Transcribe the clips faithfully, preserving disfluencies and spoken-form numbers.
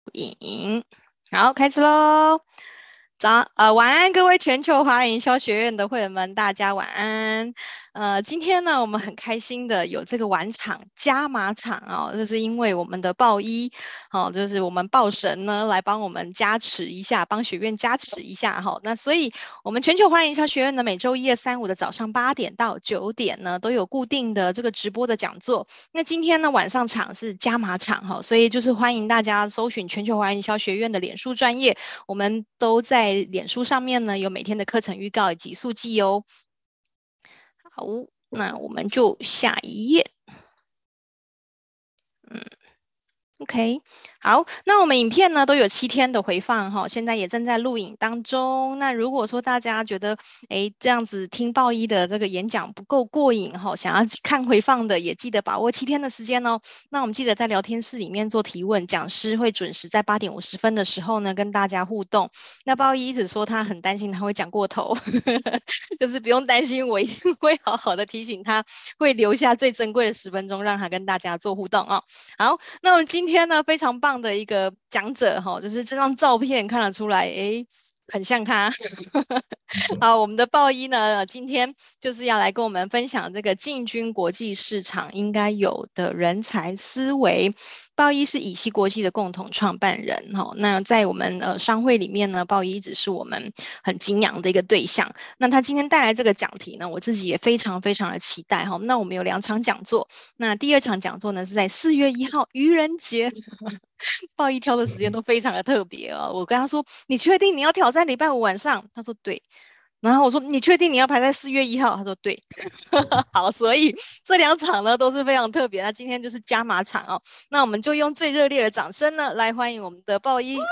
影，好，开始喽。早，呃，晚安，各位全球华人营销学院的会员们，大家晚安。呃，今天呢，我们很开心的有这个晚场加码场哦，就是因为我们的报一，哦，就是我们报神呢来帮我们加持一下，帮学院加持一下哈、哦。那所以，我们全球华人营销学院呢，每周一、二、三、五的早上八点到九点呢，都有固定的这个直播的讲座。那今天呢，晚上场是加码场哈、哦，所以就是欢迎大家搜寻全球华人营销学院的脸书专业。我们都在脸书上面呢有每天的课程预告以及速记哦。好，那我们就下一页。嗯。OK，好，那我们影片呢都有七天的回放哈，现在也正在录影当中。那如果说大家觉得诶这样子听报一的这个演讲不够过瘾哈，想要看回放的，也记得把握七天的时间哦。那我们记得在聊天室里面做提问，讲师会准时在八点五十分的时候呢跟大家互动。那报一一直说他很担心他会讲过头，就是不用担心，我一定会好好的提醒他，会留下最珍贵的十分钟让他跟大家做互动哦。好，那我们今天呢，非常棒的一个讲者哈、哦，就是这张照片看得出来，诶，很像他。好，我们的报一呢，今天就是要来跟我们分享这个进军国际市场应该有的人才思维。报一是以西国际的共同创办人哈、哦，那在我们呃商会里面呢，报一一直是我们很敬仰的一个对象。那他今天带来这个讲题呢，我自己也非常非常的期待哈、哦。那我们有两场讲座，那第二场讲座呢是在四月一号愚人节。报一挑的时间都非常的特别哦。我跟他说：“你确定你要挑战礼拜五晚上？”他说：“对。”然后我说：“你确定你要排在四月一号？”他说：“对。”好，所以这两场呢都是非常特别。那今天就是加码场哦。那我们就用最热烈的掌声呢来欢迎我们的报一。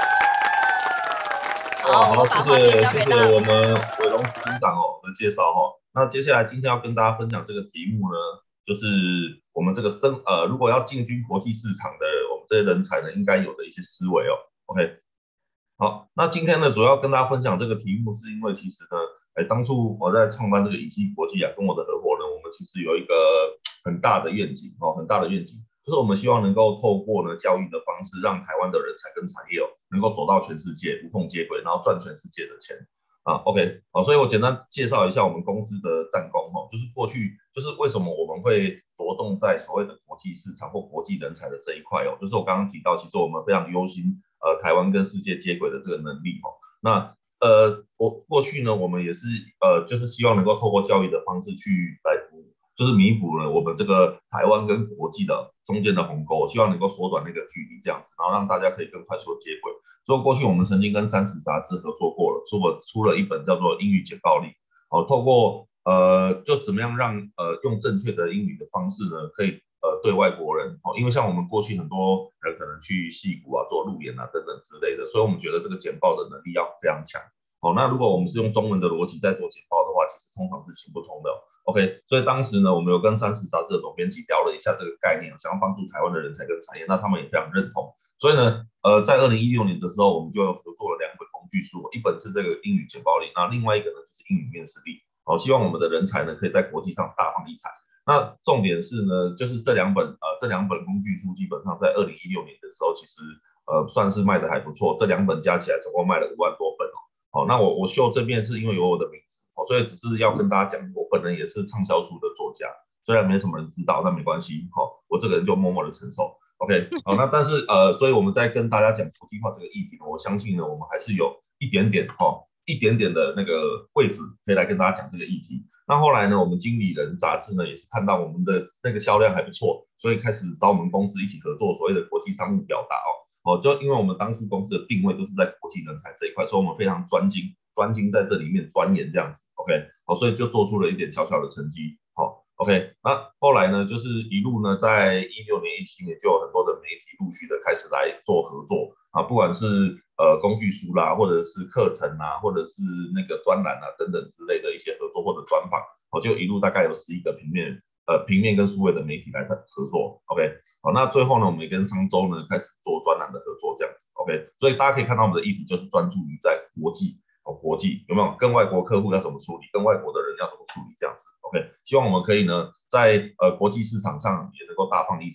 哇， 好，我好，谢把画面谢谢交给大家。 谢我们伟龙执行长哦的介绍哦。那接下来今天要跟大家分享这个题目呢，就是我们这个生呃，如果要进军国际市场的我们这些人才呢，应该有的一些思维哦。OK，好，那今天呢，主要跟大家分享这个题目，是因为其实呢，哎，当初我在创办这个以西国际啊，跟我的合伙人，我们其实有一个很大的愿景哦，很大的愿景，就是我们希望能够透过呢教育的方式，让台湾的人才跟产业哦，能够走到全世界，无缝接轨，然后赚全世界的钱。啊，OK，好，所以我简单介绍一下我们公司的战功哈，就是过去就是为什么我们会着重在所谓的国际市场或国际人才的这一块哦，就是我刚刚提到，其实我们非常忧心呃台湾跟世界接轨的这个能力哦。那呃，我过去呢，我们也是呃，就是希望能够透过教育的方式去来补，就是弥补了我们这个台湾跟国际的中间的鸿沟，希望能够缩短那个距离这样子，然后让大家可以更快速的接轨。所以过去我们曾经跟三十杂志合作过了，出了出了一本叫做《英语简报力》，哦，透过呃，就怎么样让呃用正确的英语的方式呢，可以呃对外国人哦，因为像我们过去很多人可能去戏谷啊做路演啊等等之类的，所以我们觉得这个简报的能力要非常强。哦，那如果我们是用中文的逻辑在做简报的话，其实通常是行不通的哦。OK，所以当时呢，我们有跟三十杂志的总编辑聊了一下这个概念，想要帮助台湾的人才跟产业，那他们也非常认同。所以呢，呃，在二零一六年的时候，我们就合作了两本工具书，一本是这个英语简报力，那另外一个呢就是英语面试力。好、哦，希望我们的人才呢可以在国际上大放异彩。那重点是呢，就是这两本呃这两本工具书基本上在二零一六年的时候，其实呃算是卖的还不错，这两本加起来总共卖了五万多本哦。好、哦，那我我秀这边是因为有我的名字，哦，所以只是要跟大家讲，我本人也是畅销书的作家，虽然没什么人知道，但没关系，好、哦，我这个人就默默的承受。OK，好，那但是呃，所以我们在跟大家讲国际化这个议题呢，我相信呢，我们还是有一点点哈、哦，一点点的那个位置可以来跟大家讲这个议题。那后来呢，我们经理人杂志呢也是看到我们的那个销量还不错，所以开始找我们公司一起合作所谓的国际商务表达哦。哦，就因为我们当初公司的定位都是在国际人才这一块，所以我们非常专精，专精在这里面钻研这样子。OK，好，所以就做出了一点小小的成绩。好，OK，那后来呢，就是一路呢，在一六年、一七年就有很多的媒体陆续的开始来做合作啊，不管是呃工具书啦，或者是课程啊，或者是那个专栏啊等等之类的一些合作或者专访，我、哦、就一路大概有十一个平面呃平面跟数位的媒体来合作。OK， 好，那最后呢，我们也跟商周呢开始做专栏的合作这样子。OK， 所以大家可以看到我们的议题就是专注于在国际。哦，国际有没有跟外国客户要怎么处理，跟外国的人要怎么处理这样子？OK，希望我们可以呢，在呃国际市场上也能够大放异彩哦。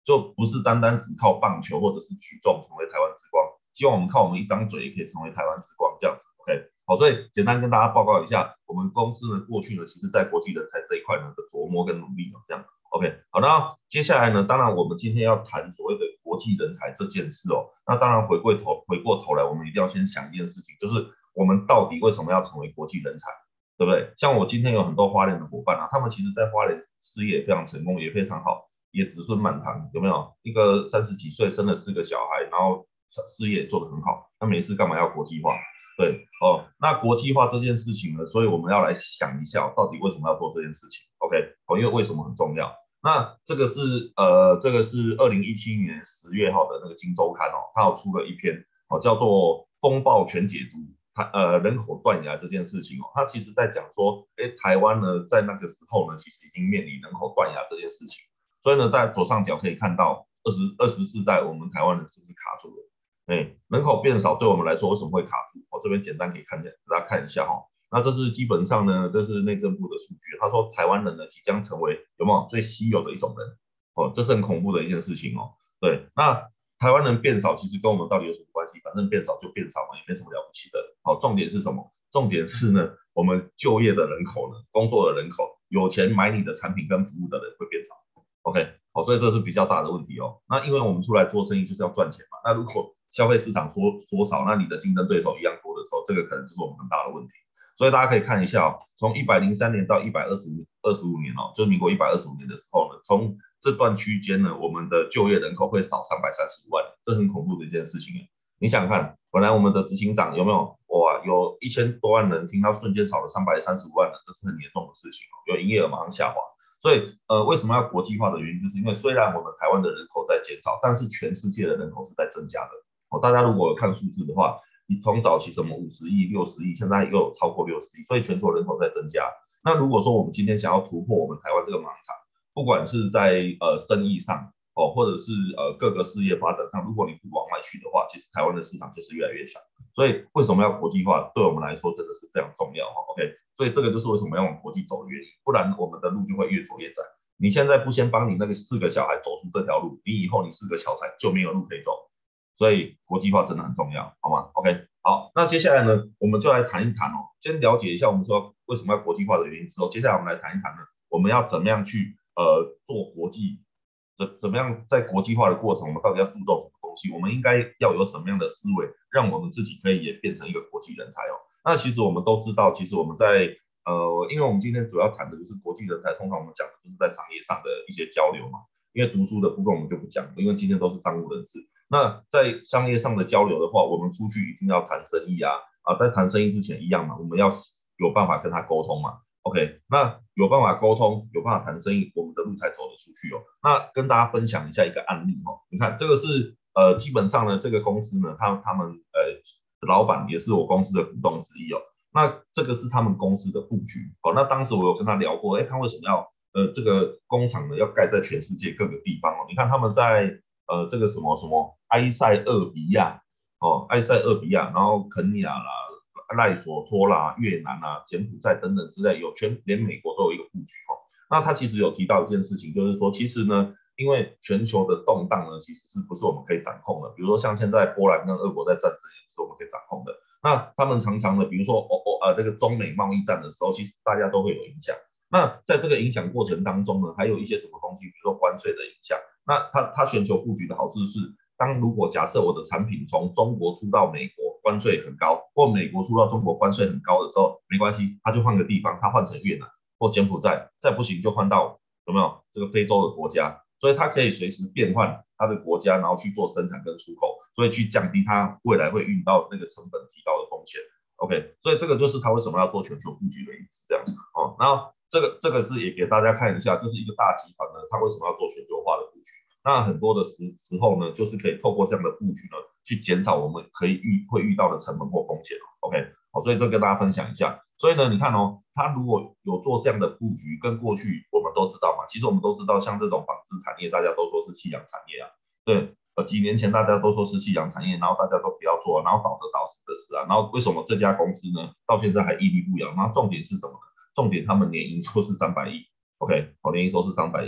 就不是单单只靠棒球或者是举重成为台湾之光，希望我们靠我们一张嘴也可以成为台湾之光这样子。OK， 好，所以简单跟大家报告一下，我们公司呢过去呢，其实在国际人才这一块呢的琢磨跟努力哦，这样。OK， 好，那接下来呢，当然我们今天要谈所谓的国际人才这件事哦，那当然回归头回过头来，我们一定要先想一件事情，就是我们到底为什么要成为国际人才，对不对？像我今天有很多花莲的伙伴啊，他们其实在花莲事业也非常成功，也非常好，也子孙满堂，有没有？一个三十几岁生了四个小孩，然后事业也做得很好，那没事干嘛要国际化？对哦，那国际化这件事情呢，所以我们要来想一下，到底为什么要做这件事情 ？OK， 哦，因为为什么很重要？那这个是呃，这个是二零一七年十月号的那个《金周刊》哦，它有出了一篇哦，叫做《风暴全解读》，它呃人口断崖这件事情哦，它其实在讲说，哎，台湾呢在那个时候呢，其实已经面临人口断崖这件事情，所以呢，在左上角可以看到二十二十四代我们台湾人是不是卡住了？哎，人口变少对我们来说为什么会卡住？我、哦、这边简单可以看一下，给大家看一下哈、哦。那这是基本上呢，这是内政部的数据。他说台湾人呢即将成为有没有最稀有的一种人哦，这是很恐怖的一件事情哦。对，那台湾人变少，其实跟我们到底有什么关系？反正变少就变少嘛，也没什么了不起的。好、哦，重点是什么？重点是呢，我们就业的人口呢，工作的人口，有钱买你的产品跟服务的人会变少。OK， 好、哦，所以这是比较大的问题哦。那因为我们出来做生意就是要赚钱嘛，那如果消费市场缩缩少，那你的竞争对手一样多的时候，这个可能就是我们很大的问题。所以大家可以看一下哦，从一百零三年到一百二十五年哦，就是民国一百二十五年的时候呢，从这段区间呢，我们的就业人口会少三百三十五万，这很恐怖的一件事情。你想想看，本来我们的执行长有没有哇，有一千多万人听到瞬间少了三百三十五万人，这是很严重的事情哦，有营业额马上下滑。所以呃，为什么要国际化的原因，就是因为虽然我们台湾的人口在减少，但是全世界的人口是在增加的。哦，大家如果有看数字的话，你从早期什么五十亿、六十亿，现在又有超过六十亿，所以全球人口在增加。那如果说我们今天想要突破我们台湾这个盲场，不管是在呃生意上哦，或者是呃各个事业发展上，如果你不往外去的话，其实台湾的市场就是越来越小。所以为什么要国际化？对我们来说真的是非常重要哈。OK， 所以这个就是为什么要往国际走的原因，不然我们的路就会越走越窄。你现在不先帮你那个四个小孩走出这条路，你以后你四个小孩就没有路可以走。所以国际化真的很重要，好吗 ？OK， 好，那接下来呢，我们就来谈一谈哦，先了解一下我们说为什么要国际化的原因之后，接下来我们来谈一谈呢，我们要怎么样去呃做国际，怎怎么样在国际化的过程，我们到底要注重什么东西？我们应该要有什么样的思维，让我们自己可以也变成一个国际人才哦？那其实我们都知道，其实我们在呃，因为我们今天主要谈的就是国际人才，通常我们讲的就是在商业上的一些交流嘛。因为读书的部分我们就不讲，因为今天都是商务人士。那在商业上的交流的话，我们出去一定要谈生意啊啊，在谈生意之前一样嘛，我们要有办法跟他沟通嘛。OK， 那有办法沟通，有办法谈生意，我们的路才走得出去哦。那跟大家分享一下一个案例哦，你看这个是呃，基本上呢，这个公司呢，他他们呃老板也是我公司的股东之一哦。那这个是他们公司的布局哦。那当时我有跟他聊过，哎，他为什么要呃这个工厂呢要盖在全世界各个地方哦？你看他们在呃这个什么什么埃塞俄比亚哦，埃塞俄比亚，然后肯尼亚啦、赖索托啦、越南啦、柬埔寨等等之类，有全连美国都有一个布局哦。那他其实有提到一件事情，就是说其实呢，因为全球的动荡呢，其实是不是我们可以掌控的？比如说像现在波兰跟俄国在战争，也不是我们可以掌控的。那他们常常的，比如说哦哦呃这个中美贸易战的时候，其实大家都会有影响。那在这个影响过程当中呢，还有一些什么东西，比如说关税的影响。那它它全球布局的好处是，当如果假设我的产品从中国出到美国关税很高，或美国出到中国关税很高的时候，没关系，它就换个地方，它换成越南或柬埔寨，再不行就换到有没有这个非洲的国家，所以它可以随时变换它的国家，然后去做生产跟出口，所以去降低它未来会遇到那个成本提高的风险。OK， 所以这个就是它为什么要做全球布局的意思，这样子哦。然后这个这个是也给大家看一下，就是一个大集团呢，它为什么要做全球化的布局？那很多的时时候呢，就是可以透过这样的布局呢，去减少我们可以遇会遇到的成本或风险。OK， 好，所以这跟大家分享一下。所以呢，你看哦，它如果有做这样的布局，跟过去我们都知道嘛，其实我们都知道，像这种纺织产业，大家都说是夕阳产业啊，对。呃，几年前大家都说是夕阳产业，然后大家都不要做，然后倒得倒死的死啊，然后为什么这家公司呢，到现在还屹立不摇？然后重点是什么呢？重点他们年营收是三百亿 ，OK， 好，年营收是三百亿，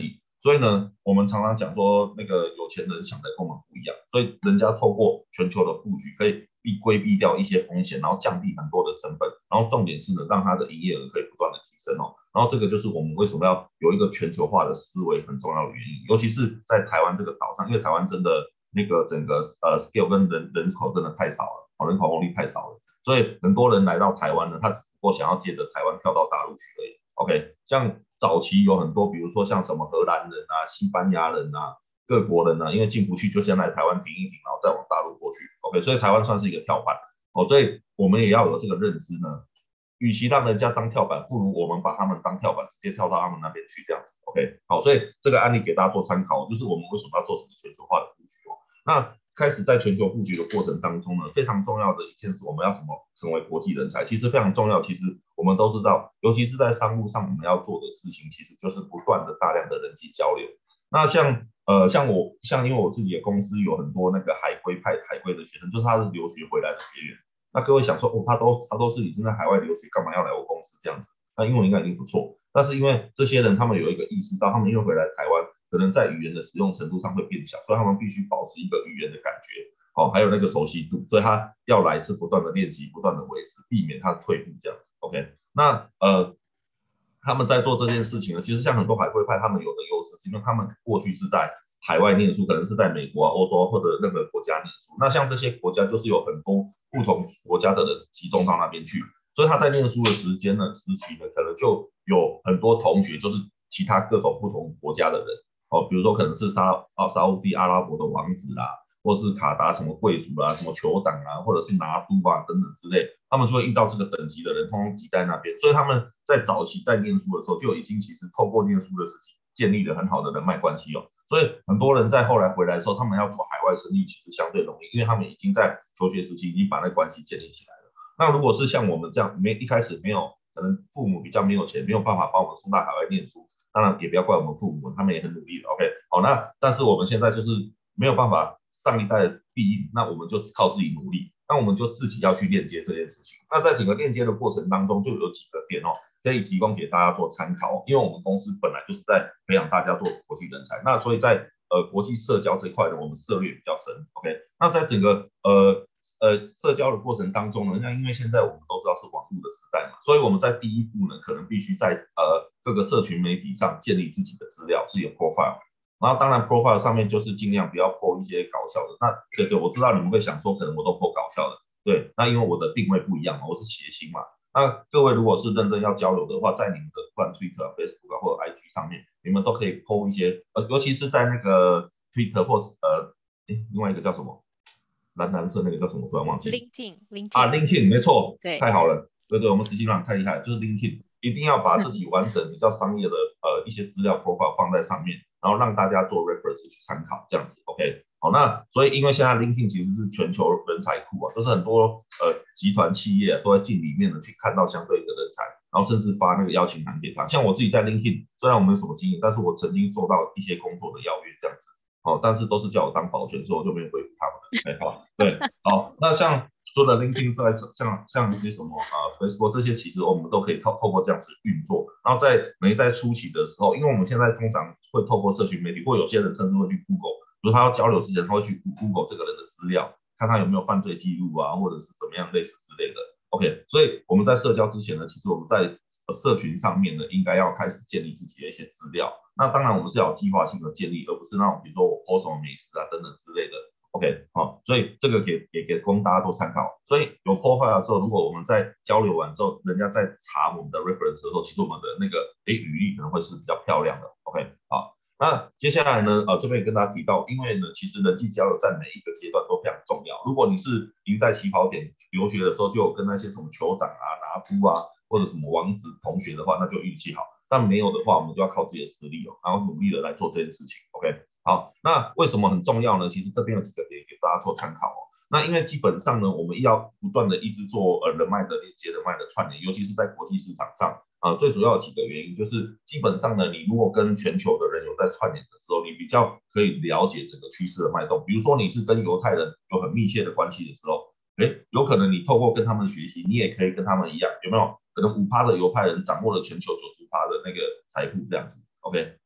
所以呢，我们常常讲说那个有钱人想的跟我们不一样，所以人家透过全球的布局可以避规避掉一些风险，然后降低很多的成本，然后重点是呢，让它的营业额可以不断的提升哦。然后这个就是我们为什么要有一个全球化的思维很重要的原因，尤其是在台湾这个岛上，因为台湾真的那个整个呃 scale 跟人人口真的太少了，人口红利太少了，所以很多人来到台湾呢，他只不过想要借着台湾跳到大陆去而已。OK， 像早期有很多，比如说像什么荷兰人啊、西班牙人啊、各国人啊，因为进不去，就先来台湾停一停，然后再往大陆过去。OK， 所以台湾算是一个跳板哦，所以我们也要有这个认知呢。与其让人家当跳板，不如我们把他们当跳板，直接跳到他们那边去，这样子。OK， 好，所以这个案例给大家做参考，就是我们为什么要做整个全球化的布局哦。那开始在全球布局的过程当中呢，非常重要的一件事，我们要怎么成为国际人才？其实非常重要。其实我们都知道，尤其是在商务上，我们要做的事情，其实就是不断的大量的人际交流。那像呃像我像因为我自己的公司有很多那个海归派海归的学生，就是他是留学回来的学员。那各位想说，哦，他都他都是已经在海外留学，干嘛要来我公司这样子？那英文应该已经不错，但是因为这些人他们有一个意识到，他们因为回来台湾。可能在语言的使用程度上会变小，所以他们必须保持一个语言的感觉，哦，还有那个熟悉度，所以他要来是不断的练习，不断的维持，避免他退步这样子。OK， 那呃，他们在做这件事情呢，其实像很多海归派，他们有的优势是因为他们过去是在海外念书，可能是在美国啊、欧洲或者任何国家念书。那像这些国家就是有很多不同国家的人集中到那边去，所以他在念书的时间呢、时期呢，可能就有很多同学就是其他各种不同国家的人。哦，比如说可能是沙啊沙烏地阿拉伯的王子啦，或是卡达什么贵族啦、什么酋长啊，或者是拿督啊等等之类，他们就会遇到这个等级的人，通通挤在那边。所以他们在早期在念书的时候，就已经其实透过念书的时期建立了很好的人脉关系哦。所以很多人在后来回来的时候，他们要做海外生意，其实相对容易，因为他们已经在求学时期已经把那关系建立起来了。那如果是像我们这样，没一开始没有，可能父母比较没有钱，没有办法把我们送到海外念书。当然也不要怪我们父母，他们也很努力的。OK， 好，那但是我们现在就是没有办法上一代的庇应，那我们就靠自己努力，那我们就自己要去链接这件事情。那在整个链接的过程当中，就有几个点哦，可以提供给大家做参考。因为我们公司本来就是在培养大家做国际人才，那所以在呃国际社交这块呢，我们涉猎比较深。OK， 那在整个呃。呃，社交的过程当中呢，那因为现在我们都知道是网络的时代嘛，所以我们在第一步呢，可能必须在呃各个社群媒体上建立自己的资料，自己的 profile。然后当然 profile 上面就是尽量不要 po 一些搞笑的。那对对，我知道你们会想说，可能我都 po 搞笑的，对，那因为我的定位不一样嘛，我是谐星嘛。那各位如果是认真要交流的话，在你们的不管 Twitter、Facebook 或者 I G 上面，你们都可以 po 一些，呃，尤其是在那个 Twitter 或是呃，另外一个叫什么？蓝蓝色那个叫什么？突然忘记。 LinkedIn，LinkedIn 啊 ，LinkedIn 没错， 对， 太好了，对对，我们执行长太厉害了，就是 LinkedIn 一定要把自己完整比较商业的呃一些资料 profile 放在上面，然后让大家做 reference 去参考，这样子 ，OK。好，那所以因为现在 LinkedIn 其实是全球人才库啊，就是很多呃集团企业、啊、都在进里面的去看到相对的人才，然后甚至发那个邀请函给他。像我自己在 LinkedIn，虽然我没什么经验，但是我曾经收到一些工作的邀约这样子。哦，但是都是叫我当保全，所以我就没有回复他们了。哎，好，对，好，那像说的 LinkedIn 在像像一些什么啊 Facebook 这些，其实我们都可以透透过这样子运作。然后在没在初期的时候，因为我们现在通常会透过社群媒体，或有些人甚至会去 Google，比如他要交流之前，他会去 Google 这个人的资料，看他有没有犯罪记录啊，或者是怎么样类似之类的。OK， 所以我们在社交之前呢，其实我们在社群上面呢，应该要开始建立自己的一些资料。那当然，我们是要有计划性的建立，而不是那种比如说我 po 什么美食啊等等之类的。OK， 好、哦，所以这个给也给供大家做参考。所以有 profile 之后，如果我们在交流完之后，人家在查我们的 reference 的时候，其实我们的那个诶语义可能会是比较漂亮的。OK， 好，那接下来呢，呃，这边也跟大家提到，因为呢，其实人际交流在每一个阶段都非常重要。如果你是赢在起跑点留学的时候，就有跟那些什么酋长啊、拿督啊，或者什么王子同学的话，那就运气好。但没有的话，我们就要靠自己的实力哦，然后努力的来做这件事情。OK， 好，那为什么很重要呢？其实这边有几个点给大家做参考哦。那因为基本上呢，我们要不断的一直做呃人脉的连接、人脉的串联，尤其是在国际市场上啊、呃，最主要的几个原因就是基本上呢，你如果跟全球的人有在串联的时候，你比较可以了解整个趋势的脉动。比如说你是跟犹太人有很密切的关系的时候，哎，有可能你透过跟他们学习，你也可以跟他们一样，有没有？可能五趴的犹太人掌握了全球九十趴的那个财富这样子 ，OK，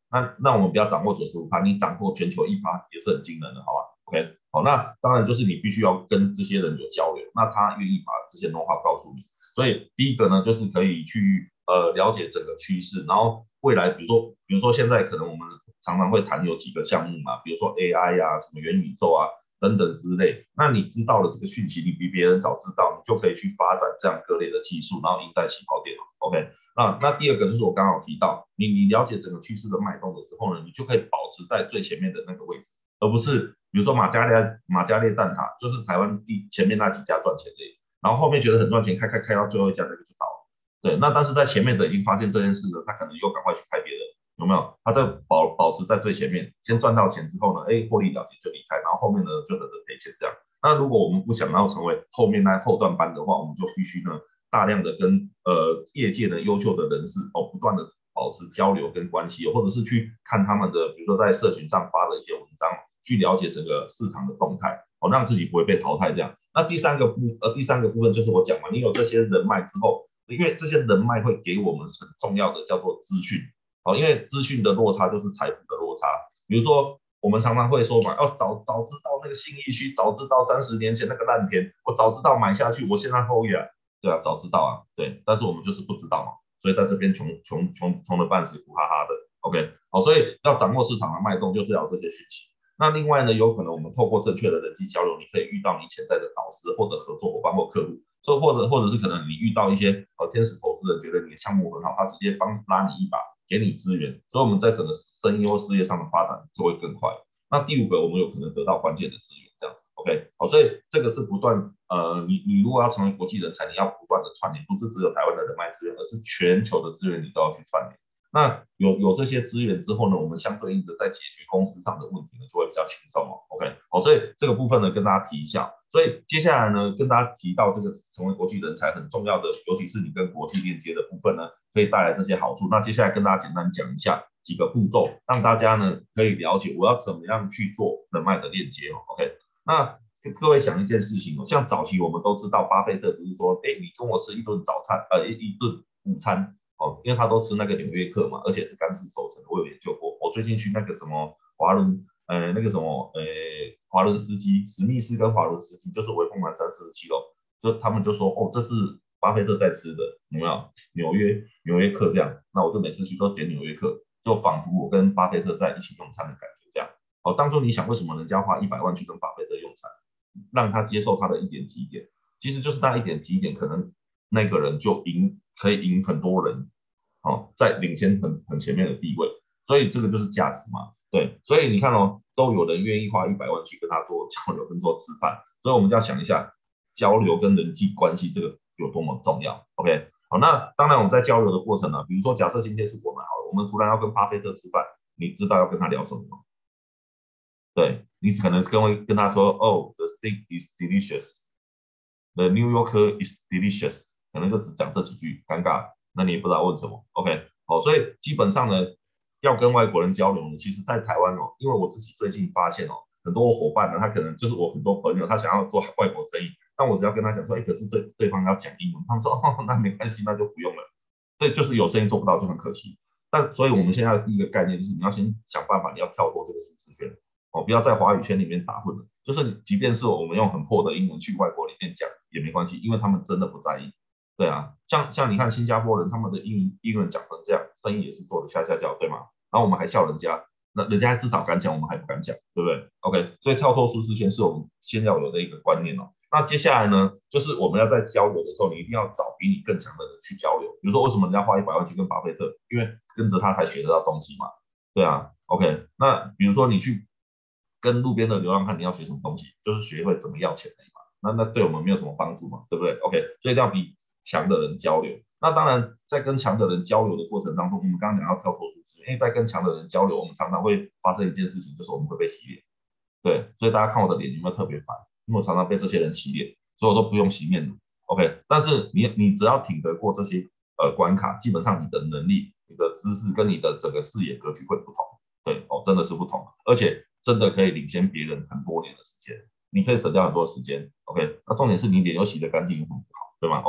那那我们不要掌握九十五趴，你掌握全球一趴也是很惊人的，好吧 ？OK， 好，那当然就是你必须要跟这些人有交流，那他愿意把这些 know how 告诉你。所以第一个呢，就是可以去呃了解整个趋势，然后未来比如说比如说现在可能我们常常会谈有几个项目嘛，比如说 A I 啊，什么元宇宙啊等等之类。那你知道了这个讯息，你比别人早知道，你就可以去发展这样各类的技术，然后赢在起跑点。OK， 那那第二个就是我刚刚有提到，你你了解整个趋势的脉动的时候呢，你就可以保持在最前面的那个位置，而不是比如说马加列马加列蛋挞，就是台湾第前面那几家赚钱的，然后后面觉得很赚钱，开开开到最后一家那个就倒了。对，那但是在前面的已经发现这件事了，他可能又赶快去开别人，有没有？他在保保持在最前面，先赚到钱之后呢，哎，获利了结就离开，然后后面呢就等着赔钱这样。那如果我们不想要成为后面那后段班的话，我们就必须呢大量的跟呃业界的优秀的人士哦不断的保持交流跟关系，或者是去看他们的，比如说在社群上发的一些文章，去了解整个市场的动态，哦，让自己不会被淘汰这样。那第三个部呃第三个部分就是我讲嘛，你有这些人脉之后，因为这些人脉会给我们很重要的叫做资讯，哦，因为资讯的落差就是财富的落差。比如说我们常常会说嘛，哦，早早知道那个信义区，早知道三十年前那个烂田，我早知道买下去，我现在后悔啊，对啊，早知道啊，对，但是我们就是不知道嘛，所以在这边穷穷穷穷的半死，苦哈哈的。OK， 好，所以要掌握市场的脉动，就是要有这些讯息。那另外呢，有可能我们透过正确的人际交流，你可以遇到你潜在的导师或者合作伙伴或客户，所以或者或者是可能你遇到一些呃天使投资人，觉得你的项目很好，他直接帮拉你一把，给你资源，所以我们在整个生意或事业上的发展就会更快。那第五个，我们有可能得到关键的资源，这样子 ，OK， 好，所以这个是不断呃，你你如果要成为国际人才，你要不断的串联，不是只有台湾的人脉资源，而是全球的资源你都要去串联。那有有这些资源之后呢，我们相对应的在解决公司上的问题呢，就会比较轻松哦。OK， 好，所以这个部分呢跟大家提一下。所以接下来呢，跟大家提到这个成为国际人才很重要的，尤其是你跟国际链接的部分呢，可以带来这些好处。那接下来跟大家简单讲一下几个步骤，让大家呢可以了解我要怎么样去做人脉的链接哦。OK， 那各位想一件事情哦，像早期我们都知道，巴菲特不是说，哎，你跟我吃一顿早餐，呃，一一顿午餐。哦，因为他都吃那个纽约客嘛，而且是干式熟成的，我有研究过。我最近去那个什么华伦，呃，那个什么，呃，华伦斯基、史密斯跟华伦斯基，就是微风南山四十七楼，就他们就说，哦，这是巴菲特在吃的，有没有？纽约纽约客这样，那我就每次去都点纽约客，就仿佛我跟巴菲特在一起用餐的感觉这样。好，当初你想为什么人家花一百万去跟巴菲特用餐，让他接受他的一点提点，其实就是那一点提点，可能那个人就赢，可以赢很多人，哦，在领先很很前面的地位，所以这个就是价值嘛，对，所以你看哦，都有人愿意花一百万去跟他做交流跟做吃饭，所以我们就要想一下交流跟人际关系这个有多么重要。OK， 好，那当然我们在交流的过程呢，比如说假设今天是我们好了，我们突然要跟巴菲特吃饭，你知道要跟他聊什么吗？对，你可能跟跟他说，哦，the steak is delicious，the New Yorker is delicious，可能就只讲这几句，尴尬，那你也不知道问什么。OK， 好，所以基本上呢，要跟外国人交流呢，其实在台湾哦，因为我自己最近发现哦，很多伙伴呢，他可能就是我很多朋友，他想要做外国生意，但我只要跟他讲说，哎，可是对对方要讲英文，他们说，哦，那没关系，那就不用了。对，就是有生意做不到就很可惜。但所以我们现在的第一个概念就是，你要先想办法，你要跳脱这个舒适圈。哦，不要在华语圈里面打混了。就是即便是我们用很破的英文去外国里面讲也没关系，因为他们真的不在意。对啊，像像你看新加坡人，他们的英英文讲成这样，生意也是做的下下叫，对吗？然后我们还笑人家，那人家至少敢讲，我们还不敢讲，对不对 ？OK，所以跳脱舒适圈是我们先要有的一个观念哦。那接下来呢，就是我们要在交流的时候，你一定要找比你更强的人去交流。比如说，为什么人家花一百万去跟巴菲特？因为跟着他才学得到东西嘛。对啊，OK，那比如说你去跟路边的流浪汉，你要学什么东西？就是学会怎么要钱而已嘛。那那对我们没有什么帮助嘛，对不对 ？OK，所以一定要比强的人交流。那当然，在跟强的人交流的过程当中，我们刚刚讲要跳脱舒适，因为在跟强的人交流，我们常常会发生一件事情，就是我们会被洗脸。对，所以大家看我的脸有没有特别白？因为我常常被这些人洗脸，所以我都不用洗面乳。OK，但是你你只要挺得过这些呃关卡，基本上你的能力、你的知识跟你的整个视野格局会不同。对哦，真的是不同，而且真的可以领先别人很多年的时间，你可以省掉很多时间。OK，那重点是你脸又洗得干净，很不好，对吗？OK，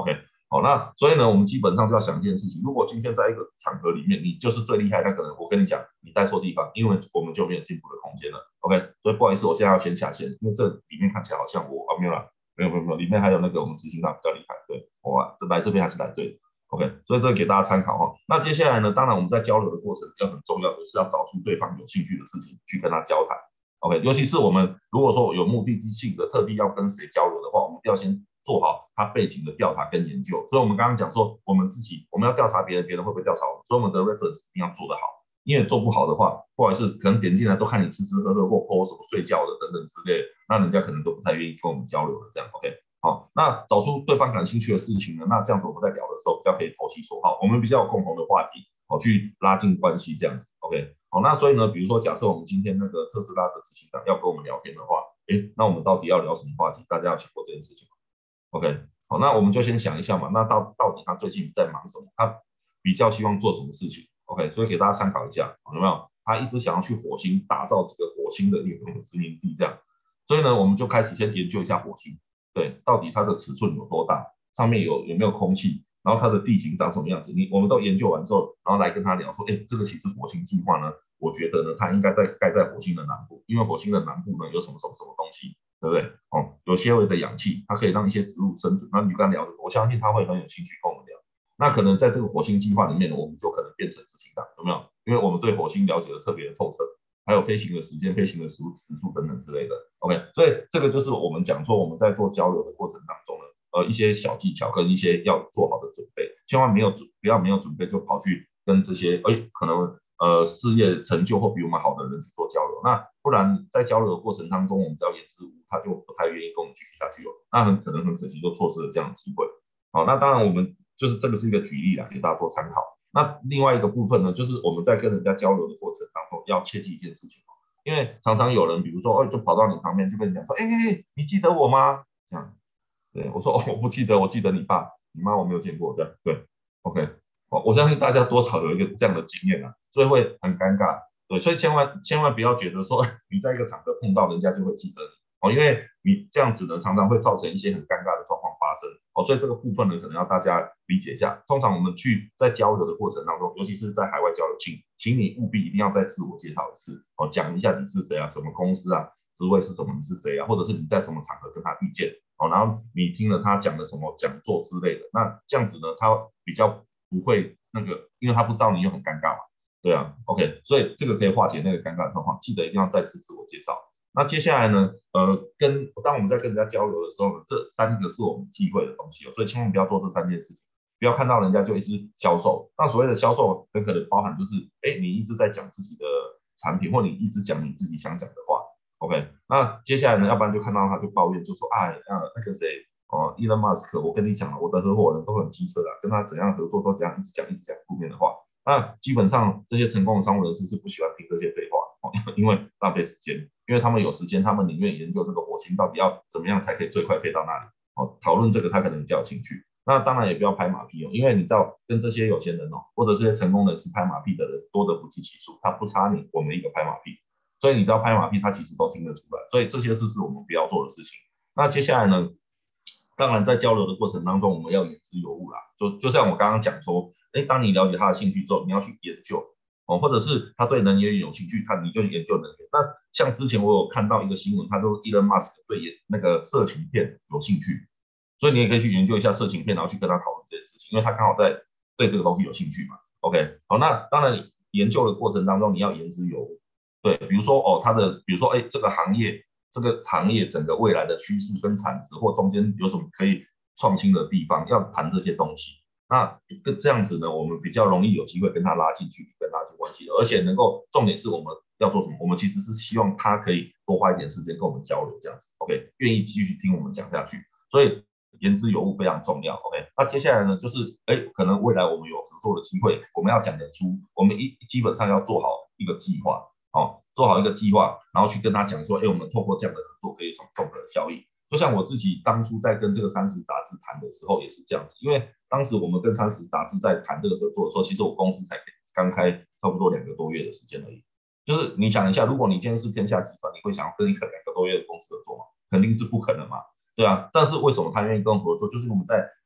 好，那所以呢，我们基本上就要想一件事情，如果今天在一个场合里面，你就是最厉害，那可能我跟你讲，你带错地方，因为我们就没有进步的空间了。OK，所以不好意思，我现在要先下线，因为这里面看起来好像我啊没有啦，没有没有没有，里面还有那个我们执行长比较厉害，对，我啊来这边还是来对的。OK，所以这个给大家参考哈。那接下来呢，当然我们在交流的过程要很重要的是要找出对方有兴趣的事情去跟他交谈。OK，尤其是我们如果说有目的性的特地要跟谁交流的话，我们一定要先做好他背景的调查跟研究。所以我们刚刚讲说，我们自己我们要调查别人，别人会不会调查我们？所以我们的 reference 一定要做得好。因为做不好的话，不好意思，可能点进来都看你吃吃喝喝或 po 什么睡觉的等等之类的，那人家可能都不太愿意跟我们交流的。这样 OK。好，那找出对方感兴趣的事情呢？那这样子我们在聊的时候比较可以投其所好，我们比较有共同的话题，好去拉近关系这样子。OK，好，那所以呢，比如说假设我们今天那个特斯拉的执行长要跟我们聊天的话，诶，那我们到底要聊什么话题？大家有想过这件事情吗 ？OK，好，那我们就先想一下嘛，那到到底他最近在忙什么？他比较希望做什么事情 ？OK，所以给大家参考一下，有没有？他一直想要去火星打造这个火星的一个殖民地这样，所以呢，我们就开始先研究一下火星。对，到底它的尺寸有多大，上面有有没有空气，然后它的地形长什么样子，你我们都研究完之后，然后来跟他聊说，哎，这个其实火星计划呢，我觉得呢，它应该在盖在火星的南部，因为火星的南部呢有什么什么什么东西，对不对？哦，有些微的氧气，它可以让一些植物生存。那你跟他聊，我相信他会很有兴趣跟我们聊。那可能在这个火星计划里面呢，我们就可能变成执行长，有没有？因为我们对火星了解的特别的透彻。还有飞行的时间、飞行的时时速等等之类的。OK，所以这个就是我们讲说我们在做交流的过程当中呢，呃，一些小技巧跟一些要做好的准备，千万没有准不要没有准备就跑去跟这些哎可能呃事业成就或比我们好的人去做交流，那不然在交流的过程当中，我们只要言之无物，他就不太愿意跟我们继续下去了，那很可能很可惜就错失了这样的机会。好，那当然我们就是这个是一个举例啦，给大家做参考。那另外一个部分呢，就是我们在跟人家交流的过程当中，要切记一件事情，因为常常有人，比如说，哦，就跑到你旁边，就跟你讲说，哎、欸，你记得我吗？这样，对我说，哦，我不记得，我记得你爸，你妈我没有见过，这样，对 ，OK，哦，我相信大家多少有一个这样的经验啊，所以会很尴尬，对，所以千万千万不要觉得说你在一个场合碰到人家就会记得你。哦，因为你这样子呢，常常会造成一些很尴尬的状况发生。哦，所以这个部分呢，可能要大家理解一下。通常我们去在交流的过程当中，尤其是在海外交流，请请你务必一定要再自我介绍一次。哦，讲一下你是谁啊，什么公司啊，职位是什么，你是谁啊，或者是你在什么场合跟他遇见。哦，然后你听了他讲的什么讲座之类的，那这样子呢，他比较不会那个，因为他不知道你又很尴尬嘛。对啊 ，OK，所以这个可以化解那个尴尬的状况。记得一定要再次自我介绍。那接下来呢，呃，跟当我们在跟人家交流的时候呢，这三个是我们忌讳的东西哦，所以千万不要做这三件事情，不要看到人家就一直销售。那所谓的销售，很可能包含就是，哎，你一直在讲自己的产品，或你一直讲你自己想讲的话。OK，那接下来呢，要不然就看到他就抱怨，就说，哎，呃，那个谁，哦，Elon Musk，我跟你讲了，我的合伙人都很机车的，跟他怎样合作都怎样，一直讲一直讲负面的话。那基本上这些成功的商务人士是不喜欢听这些废话哦，因为浪费时间，因为他们有时间，他们宁愿研究这个火星到底要怎么样才可以最快飞到那里哦，讨论这个他可能比较有兴趣。那当然也不要拍马屁哦，因为你知道跟这些有钱人哦，或者这些成功人士拍马屁的人多得不计其数，他不差你我们一个拍马屁，所以你知道拍马屁他其实都听得出来，所以这些事是我们不要做的事情。那接下来呢？当然，在交流的过程当中，我们要言之有物啦。就就像我刚刚讲说，哎，当你了解他的兴趣之后，你要去研究哦，或者是他对能源有兴趣，他你就研究能源。那像之前我有看到一个新闻，他说 Elon Musk 对那个色情片有兴趣，所以你也可以去研究一下色情片，然后去跟他讨论这件事情，因为他刚好在对这个东西有兴趣嘛。OK，好，那当然研究的过程当中，你要言之有物。对，比如说哦，他的比如说哎，这个行业。这个行业整个未来的趋势跟产值，或中间有什么可以创新的地方，要谈这些东西。那这样子呢，我们比较容易有机会跟他拉近距离，跟拉近关系的，而且能够重点是我们要做什么？我们其实是希望他可以多花一点时间跟我们交流，这样子 ，OK， 愿意继续听我们讲下去。所以言之有物非常重要 ，OK。那接下来呢，就是哎，可能未来我们有合作的机会，我们要讲得出，我们一基本上要做好一个计划。哦，做好一个计划，然后去跟他讲说，哎，我们透过这样的合作可以从综合效益。就像我自己当初在跟这个三十杂志谈的时候也是这样子，因为当时我们跟三十杂志在谈这个合作的时候，其实我公司才刚开差不多两个多月的时间而已。就是你想一下，如果你今天是天下集团，你会想要跟一个两个多月的公司合作吗？肯定是不可能嘛，对啊。但是为什么他愿意跟我们合作？就是我们在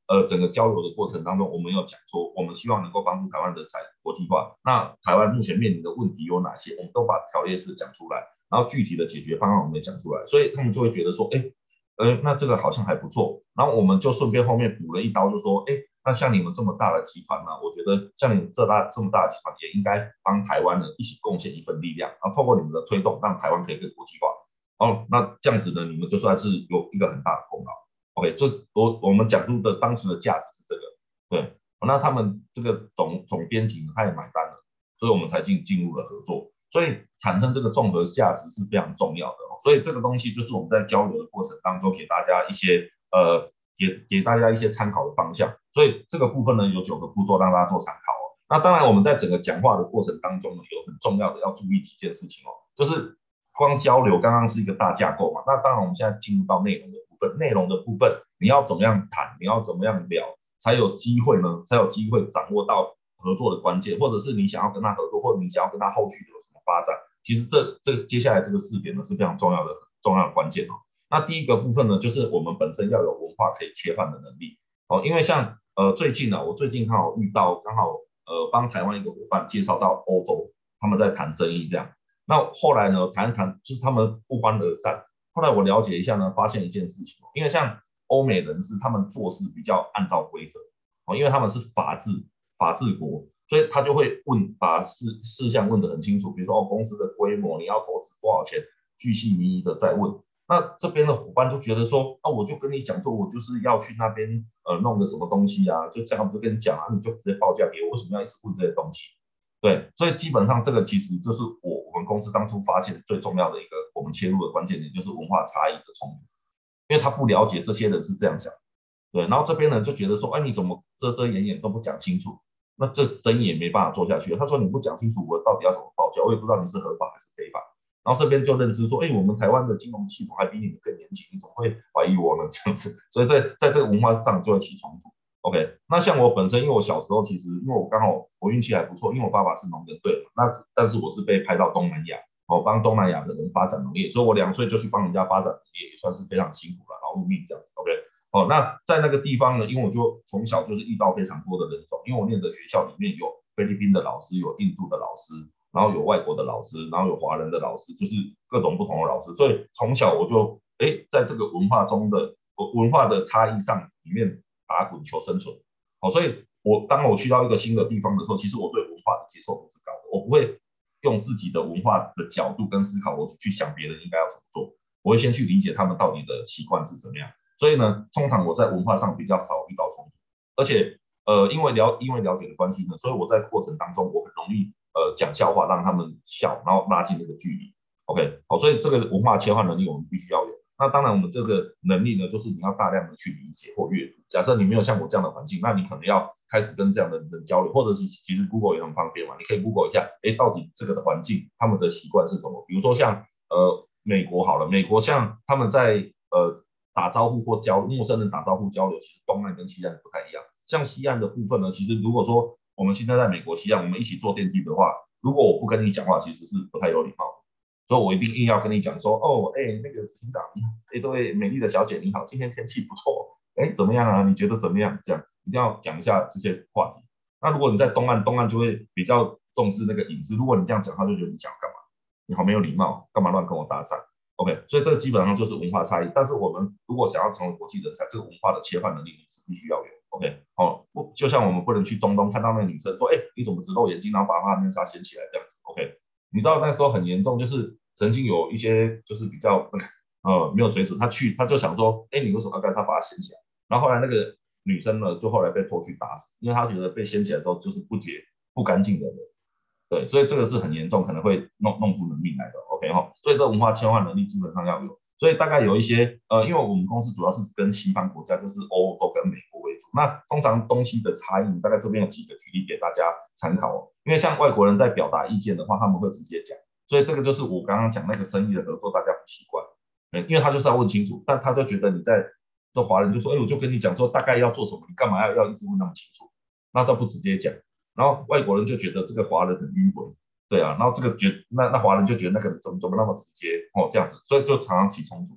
呃整个交流的过程当中，我们有讲说，我们希望能够帮助台湾人才国际化。那台湾目前面临的问题有哪些？我们都把条列式讲出来，然后具体的解决方案我们也讲出来，所以他们就会觉得说，哎，呃，那这个好像还不错。然后我们就顺便后面补了一刀，就说，哎，那像你们这么大的集团呢，我觉得像你们这大这么大的集团，也应该帮台湾呢一起贡献一份力量，然后透过你们的推动，让台湾可以更国际化。哦，那这样子呢，你们就算是有一个很大的功劳。OK，就是我我们讲出的当时的价值是这个，对，那他们这个总总编辑他也买单了，所以我们才进进入了合作，所以产生这个综合价值是非常重要的哦。所以这个东西就是我们在交流的过程当中给大家一些呃给给大家一些参考的方向。所以这个部分呢有九个步骤让大家做参考哦。那当然我们在整个讲话的过程当中呢，有很重要的要注意几件事情哦，就是光交流刚刚是一个大架构嘛，那当然我们现在进入到内容的部分，内容的部分你要怎么样谈，你要怎么样聊，才有机会呢？才有机会掌握到合作的关键，或者是你想要跟他合作，或者你想要跟他后续有什么发展，其实这这接下来这个四点呢是非常重要的重要的关键哦。那第一个部分呢，就是我们本身要有文化可以切换的能力哦，因为像呃最近呢、啊，我最近刚好遇到，刚好呃帮台湾一个伙伴介绍到欧洲，他们在谈生意这样。那后来呢，谈谈就是他们不欢而散。后来我了解一下呢，发现一件事情，因为像欧美人士，他们做事比较按照规则，哦，因为他们是法治法治国，所以他就会问把事事项问得很清楚，比如说哦公司的规模，你要投资多少钱，巨细靡遗的在问。那这边的伙伴就觉得说，啊，我就跟你讲说，我就是要去那边呃弄个什么东西啊，就这样不是跟你讲啊，你就直接报价给我，为什么要一直问这些东西？对，所以基本上这个其实就是我我们公司当初发现最重要的一个我们切入的关键点，就是文化差异的冲突，因为他不了解这些人是这样想，对，然后这边人就觉得说，哎，你怎么遮遮掩掩都不讲清楚，那这生意也没办法做下去。他说你不讲清楚，我到底要怎么报价？我也不知道你是合法还是非法。然后这边就认知说，哎，我们台湾的金融系统还比你们更严谨，你怎么会怀疑我呢？这样子，所以在在这个文化上就会起冲突。OK，那像我本身，因为我小时候其实，因为我刚好我运气还不错，因为我爸爸是农耕队嘛，那但是我是被派到东南亚，哦，帮东南亚的人发展农业，所以我两岁就去帮人家发展农业，也算是非常辛苦了，劳碌命这样子。OK，哦，那在那个地方呢，因为我就从小就是遇到非常多的人种，因为我念的学校里面有菲律宾的老师，有印度的老师，然后有外国的老师，然后有华人的老师，就是各种不同的老师，所以从小我就哎在这个文化中的文化的差异上里面打滚求生存。好，所以我当我去到一个新的地方的时候，其实我对文化的接受度是高的，我不会用自己的文化的角度跟思考，我去想别人应该要怎么做，我会先去理解他们到底的习惯是怎么样。所以呢，通常我在文化上比较少遇到冲突，而且呃，因为了因为了解的关系呢，所以我在过程当中我很容易呃讲笑话让他们笑，然后拉近这个距离。OK， 好，所以这个文化切换能力我们必须要有。那当然，我们这个能力呢，就是你要大量的去理解或阅读。假设你没有像我这样的环境，那你可能要开始跟这样的人交流，或者是其实 Google 也很方便嘛，你可以 Google 一下，哎，到底这个的环境他们的习惯是什么？比如说像呃美国好了，美国像他们在呃打招呼或交陌生人打招呼交流，其实东岸跟西岸不太一样。像西岸的部分呢，其实如果说我们现在在美国西岸，我们一起坐电梯的话，如果我不跟你讲话，其实是不太有礼貌的。所以我一定硬要跟你讲说，哦，哎，那个执行长你好，哎，这位美丽的小姐你好，今天天气不错，哎，怎么样啊？你觉得怎么样？这样一定要讲一下这些话题。那如果你在东岸，东岸就会比较重视那个隐私。如果你这样讲，他就觉得你想干嘛？你好没有礼貌，干嘛乱跟我搭讪？OK，所以这个基本上就是文化差异。但是我们如果想要成为国际人才，这个文化的切换能力是必须要有。OK，好，不就像我们不能去中东看到那个女生说，哎，你怎么只露眼睛，然后把她面纱掀起来这样子？OK，你知道那时候很严重，就是曾经有一些就是比较呃没有水准，他去他就想说，哎，你为什么要跟他把它掀起来？然后后来那个女生呢，就后来被拖去打死，因为她觉得被掀起来之后就是不洁不干净的人。对，所以这个是很严重，可能会弄弄出人命来的。OK 哈，所以这文化切换能力基本上要有。所以大概有一些呃，因为我们公司主要是跟西方国家，就是欧洲跟美国为主。那通常东西的差异，大概这边有几个举例给大家参考哦。因为像外国人在表达意见的话，他们会直接讲，所以这个就是我刚刚讲那个生意的合作，大家不习惯，嗯，因为他就是要问清楚，但他就觉得你在这华人就说，哎，我就跟你讲说大概要做什么，你干嘛要要一直问那么清楚？那都不直接讲。然后外国人就觉得这个华人很迂回，对啊，然后这个觉那那华人就觉得那个怎么怎么那么直接哦这样子，所以就常常起冲突。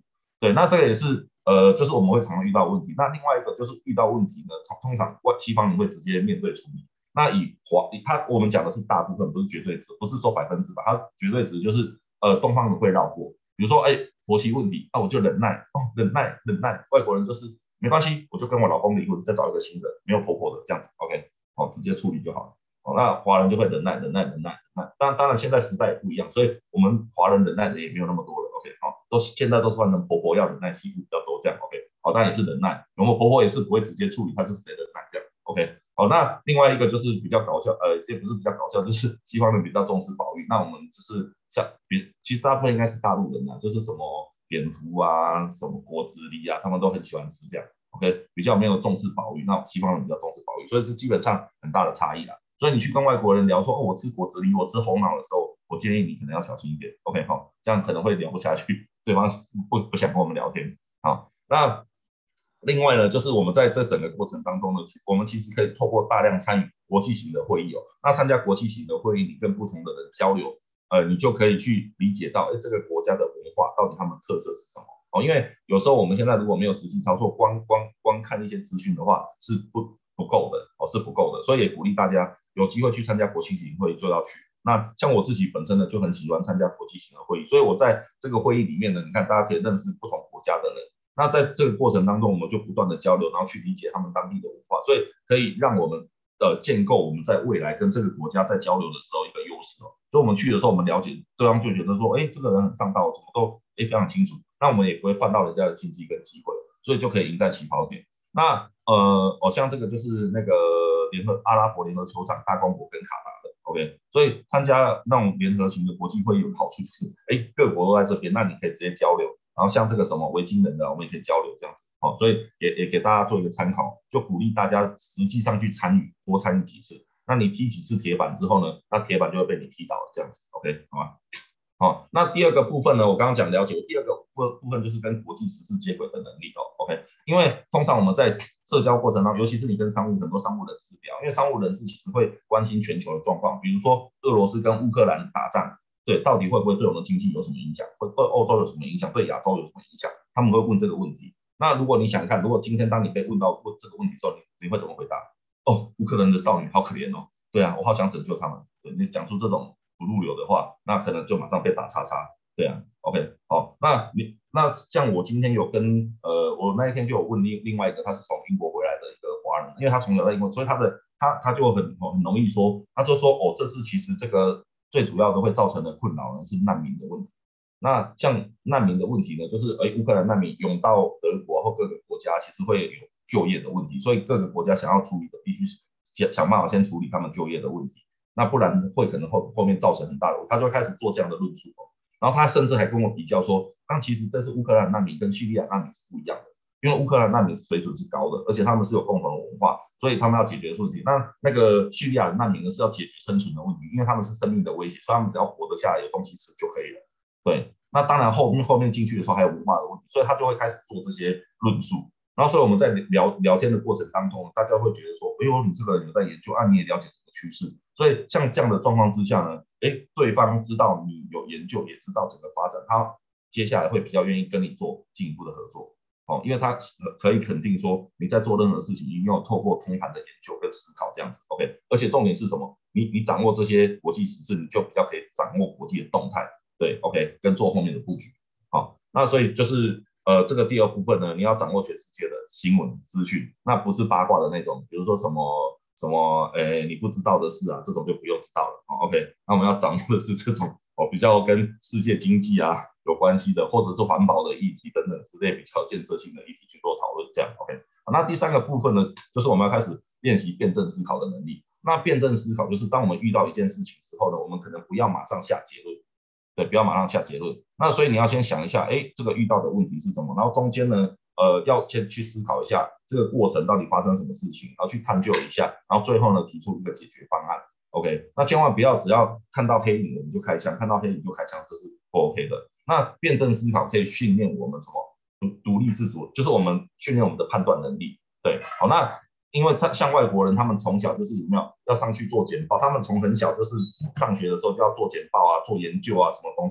对，那这个也是呃，就是我们会常常遇到的问题。那另外一个就是遇到问题呢，通常外西方人会直接面对处理。那以华，他我们讲的是大部分，不是绝对值，不是说百分之百，它绝对值就是呃东方人会绕过，比如说哎婆媳问题，那、啊、我就忍耐，哦忍耐忍耐，外国人就是没关系，我就跟我老公离婚，再找一个新的，没有婆婆的这样子 ，OK， 好、哦、直接处理就好了。哦，那华人就会忍耐忍耐忍耐忍耐，当当然现在时代也不一样，所以我们华人忍耐的也没有那么多了 ，OK， 好、哦，都现在都是换成婆婆要忍耐，媳妇比较多这样 ，OK， 好、哦，当然也是忍耐，我们婆婆也是不会直接处理，她就是得忍耐这样 ，OK。好，那另外一个就是比较搞笑，呃，也不是比较搞笑，就是西方人比较重视保育。那我们就是像别，其实大部分应该是大陆人啊，就是什么蝙蝠啊、什么果子狸啊，他们都很喜欢吃这样。OK，比较没有重视保育，那西方人比较重视保育，所以是基本上很大的差异啦。所以你去跟外国人聊说，哦，我吃果子狸，我吃红脑的时候，我建议你可能要小心一点。OK，好，这样可能会聊不下去，对方不不想跟我们聊天。好，那另外呢，就是我们在这整个过程当中呢，我们其实可以透过大量参与国际型的会议哦。那参加国际型的会议，你跟不同的人交流，呃，你就可以去理解到，哎，这个国家的文化到底他们特色是什么哦。因为有时候我们现在如果没有实际操作，光光光看一些资讯的话，是不不够的哦，是不够的。所以也鼓励大家有机会去参加国际型会议就要去。那像我自己本身呢，就很喜欢参加国际型的会议，所以我在这个会议里面呢，你看大家可以认识不同国家的人。那在这个过程当中，我们就不断的交流，然后去理解他们当地的文化，所以可以让我们呃建构我们在未来跟这个国家在交流的时候一个优势哦。所以我们去的时候，我们了解对方就觉得说，哎，这个人很上道，怎么都哎非常清楚，那我们也不会犯到人家的禁忌跟机会，所以就可以赢在起跑点。那呃，哦，像这个就是那个联合阿拉伯联合酋长大公国跟卡达的 ，OK， 所以参加那种联合型的国际会议有个好处就是，哎，各国都在这边，那你可以直接交流。然后像这个什么维京人的，我们也可以交流这样子，哦，所以也也给大家做一个参考，就鼓励大家实际上去参与，多参与几次。那你踢几次铁板之后呢，那铁板就会被你踢倒了，这样子 ，OK， 好吧？好、哦，那第二个部分呢，我刚刚讲了解，第二个部部分就是跟国际时事接轨的能力哦 ，OK， 因为通常我们在社交过程当中，尤其是你跟商务很多商务人士聊，因为商务人士其实会关心全球的状况，比如说俄罗斯跟乌克兰打仗。对，到底会不会对我们的经济有什么影响？会对欧洲有什么影响？对亚洲有什么影响？他们会问这个问题。那如果你想看，如果今天当你被问到问这个问题之后，你你会怎么回答？哦，乌克兰的少女好可怜哦，对啊，我好想拯救他们。对你讲出这种不入流的话，那可能就马上被打叉叉。对啊 ，OK， 好，那你那像我今天有跟呃，我那一天就有问另另外一个，他是从英国回来的一个华人，因为他从小在英国，所以他的他他就很很容易说，他就说哦，这次其实这个。最主要的会造成的困扰呢是难民的问题。那像难民的问题呢，就是哎，乌克兰难民涌到德国或各个国家，其实会有就业的问题，所以各个国家想要处理的，必须想想办法先处理他们就业的问题，那不然会可能后后面造成很大的，他就会开始做这样的论述哦。然后他甚至还跟我比较说，但其实这是乌克兰难民跟叙利亚难民是不一样的。因为乌克兰难民水准是高的，而且他们是有共同的文化，所以他们要解决的问题。那那个叙利亚的难民呢是要解决生存的问题，因为他们是生命的威胁，所以他们只要活得下来，有东西吃就可以了。对，那当然后面后面进去的时候还有文化的问题，所以他就会开始做这些论述。然后所以我们在聊聊天的过程当中，大家会觉得说，哎呦，你这个人有在研究啊，你也了解这个趋势。所以像这样的状况之下呢，哎，对方知道你有研究，也知道整个发展，他接下来会比较愿意跟你做进一步的合作。哦，因为他可以肯定说你在做任何事情，一定要透过通盘的研究跟思考这样子 ，OK。而且重点是什么？你你掌握这些国际时事，你就比较可以掌握国际的动态，对 ，OK， 跟做后面的布局。好，那所以就是呃，这个第二部分呢，你要掌握全世界的新闻资讯，那不是八卦的那种，比如说什么什么，诶，你不知道的事啊，这种就不用知道了。哦、OK，那我们要掌握的是这种哦，比较跟世界经济啊。有关系的，或者是环保的议题等等之类比较建设性的议题去做讨论，这样 OK。那第三个部分呢，就是我们要开始练习辩证思考的能力。那辩证思考就是当我们遇到一件事情之后呢，我们可能不要马上下结论，对，不要马上下结论。那所以你要先想一下，哎，这个遇到的问题是什么？然后中间呢，呃，要先去思考一下这个过程到底发生什么事情，然后去探究一下，然后最后呢提出一个解决方案。OK， 那千万不要只要看到黑影了你就开枪，看到黑影就开枪，这是不 OK 的。那辩证思考可以训练我们什么独独立自主，就是我们训练我们的判断能力。对，好，那因为像外国人，他们从小就是有没有要上去做简报，他们从很小就是上学的时候就要做简报啊，做研究啊，什么东西，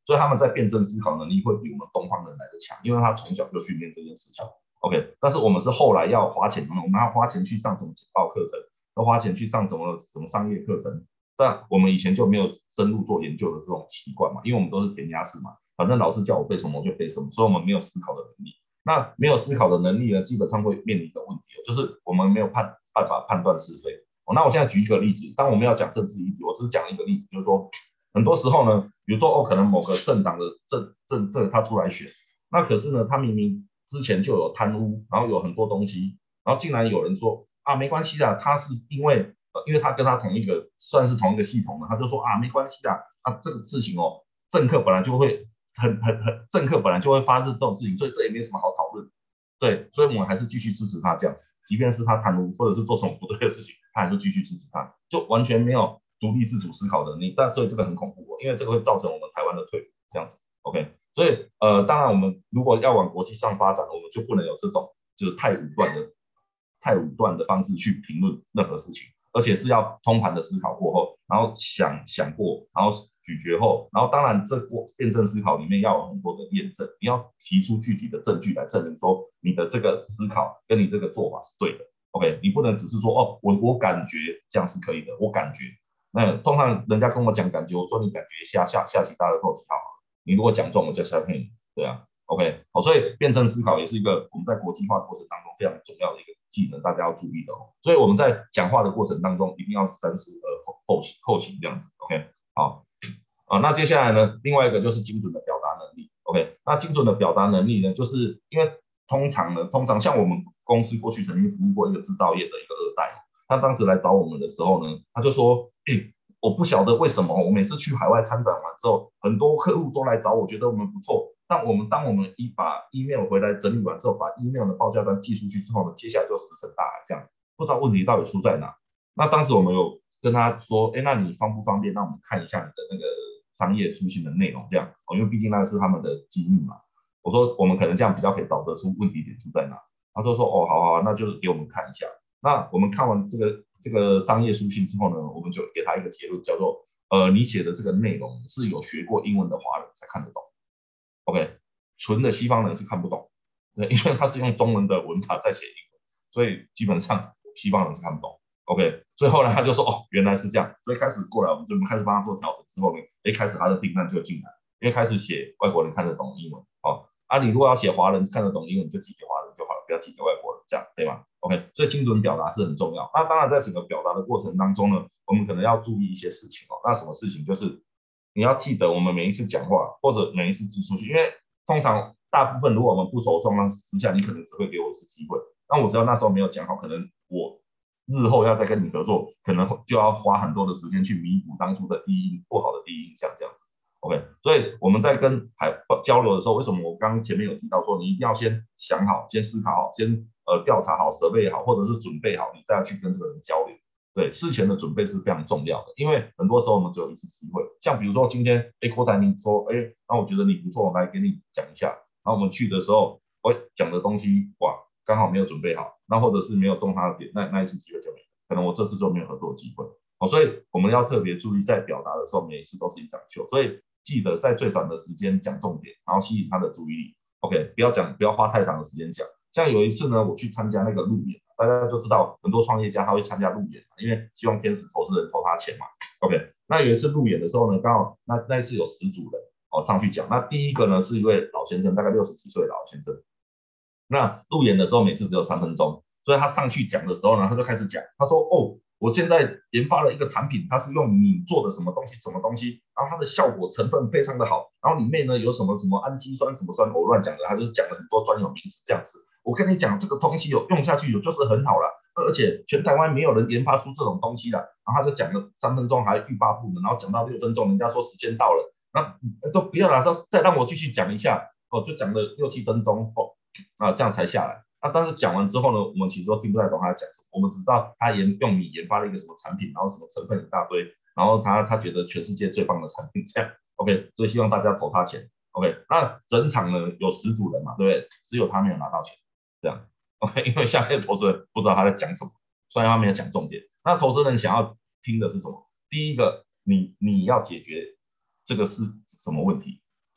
所以他们在辩证思考能力会比我们东方人来的强，因为他从小就训练这件事情。OK， 但是我们是后来要花钱，我们要花钱去上什么简报课程，要花钱去上什么什么商业课程，但我们以前就没有深入做研究的这种习惯嘛，因为我们都是填鸭式嘛，反正老师叫我背什么我就背什么，所以我们没有思考的能力。那没有思考的能力呢，基本上会面临一个问题，就是我们没有判办法判断是非。哦，那我现在举一个例子，当我们要讲政治议题，我只是讲一个例子，就是说，很多时候呢，比如说哦，可能某个政党的政政政他出来选，那可是呢，他明明之前就有贪污，然后有很多东西，然后竟然有人说啊，没关系啦，他是因为呃，因为他跟他同一个算是同一个系统的，他就说啊，没关系啦，啊这个事情哦，政客本来就会很很很，政客本来就会发生这种事情，所以这也没什么好讨论。对，所以我们还是继续支持他这样子，即便是他贪污或者是做什么不对的事情，他还是继续支持他，就完全没有独立自主思考的能力。但所以这个很恐怖，因为这个会造成我们台湾的退步这样子。OK， 所以呃，当然我们如果要往国际上发展，我们就不能有这种就是太武断的、太武断的方式去评论任何事情，而且是要通盘的思考过后，然后想想过，然后咀嚼后，然后当然这过辩证思考里面要有很多的验证，你要提出具体的证据来证明说你的这个思考跟你这个做法是对的。OK， 你不能只是说哦，我我感觉这样是可以的，我感觉。那通常人家跟我讲感觉，我说你感觉下下下棋大乐透几号好了，你如果讲中，我就下骗你，对啊。OK， 好，所以辩证思考也是一个我们在国际化过程当中非常重要的一个技能，大家要注意的哦。所以我们在讲话的过程当中，一定要三思而后后行后行这样子。OK， 好啊，那接下来呢，另外一个就是精准的表达能力。OK， 那精准的表达能力呢，就是因为通常呢，通常像我们公司过去曾经服务过一个制造业的一个二代，他当时来找我们的时候呢，他就说，欸，我不晓得为什么我每次去海外参展完之后，很多客户都来找我，觉得我们不错。但我们当我们一把 email 回来整理完之后，把 email 的报价单寄出去之后呢，接下来就石沉大海，这样不知道问题到底出在哪。那当时我们有跟他说，哎，那你方不方便让我们看一下你的那个商业书信的内容？这样，哦，因为毕竟那是他们的机密嘛。我说我们可能这样比较可以找得出问题点出在哪。他就说，哦，好好，那就给我们看一下。那我们看完这个这个商业书信之后呢，我们就给他一个结论，叫做，呃，你写的这个内容是有学过英文的华人才看得懂。OK， 纯的西方人是看不懂，对，因为他是用中文的文法在写英文，所以基本上西方人是看不懂。OK， 所以后来他就说，哦，原来是这样，所以开始过来，我们就开始帮他做调整之后呢，一开始他的订单就进来，因为开始写外国人看得懂英文，哦，啊，你如果要写华人看得懂英文，就寄给华人就好了，不要寄给外国人，这样对吗 ？OK， 所以精准表达是很重要。那当然，在整个表达的过程当中呢，我们可能要注意一些事情哦。那什么事情？就是你要记得，我们每一次讲话或者每一次寄出去，因为通常大部分如果我们不熟状况之下，你可能只会给我一次机会。那我知道那时候没有讲好，可能我日后要再跟你合作，可能就要花很多的时间去弥补当初的第一不好的第一印象，这样子。OK， 所以我们在跟海交流的时候，为什么我刚刚前面有提到说，你一定要先想好，先思考好，先呃调查好、设备好，或者是准备好，你再去跟这个人交流。对，事前的准备是非常重要的，因为很多时候我们只有一次机会。像比如说今天，哎，郭台铭说，哎，那我觉得你不错，我来给你讲一下。然后我们去的时候，我讲的东西，哇，刚好没有准备好，那或者是没有动他的点，那那一次机会就没了，可能我这次就没有合作机会。哦，所以我们要特别注意，在表达的时候，每一次都是一场秀，所以记得在最短的时间讲重点，然后吸引他的注意力。OK， 不要讲，不要花太长的时间讲。像有一次呢，我去参加那个路演，大家都知道很多创业家他会参加路演，因为希望天使投资人投他钱嘛。OK， 那有一次路演的时候呢，刚好那那一次有十组人哦上去讲，那第一个呢是一位老先生，大概六十几岁的老先生。那路演的时候每次只有三分钟，所以他上去讲的时候呢，他就开始讲，他说哦，我现在研发了一个产品，它是用米做的什么东西什么东西，然后它的效果成分非常的好，然后里面呢有什么什么氨基酸什么酸，我乱讲的，他就是讲了很多专有名词这样子。我跟你讲，这个东西有用下去有就是很好了，而且全台湾没有人研发出这种东西了。然后他就讲了三分钟，还欲罢不能，然后讲到六分钟，人家说时间到了，那都不要了，再让我继续讲一下哦，就讲了六七分钟哦，啊这样才下来。啊，但是讲完之后呢，我们其实都听不太懂他在讲什么，我们只知道他研用米研发了一个什么产品，然后什么成分一大堆，然后他他觉得全世界最棒的产品这样 ，OK， 所以希望大家投他钱 ，OK， 那整场呢有十组人嘛，对不对？只有他没有拿到钱。这样 ，OK， 因为下面的投资人不知道他在讲什么，所以他没有讲重点。那投资人想要听的是什么？第一个，你你要解决这个是什么问题？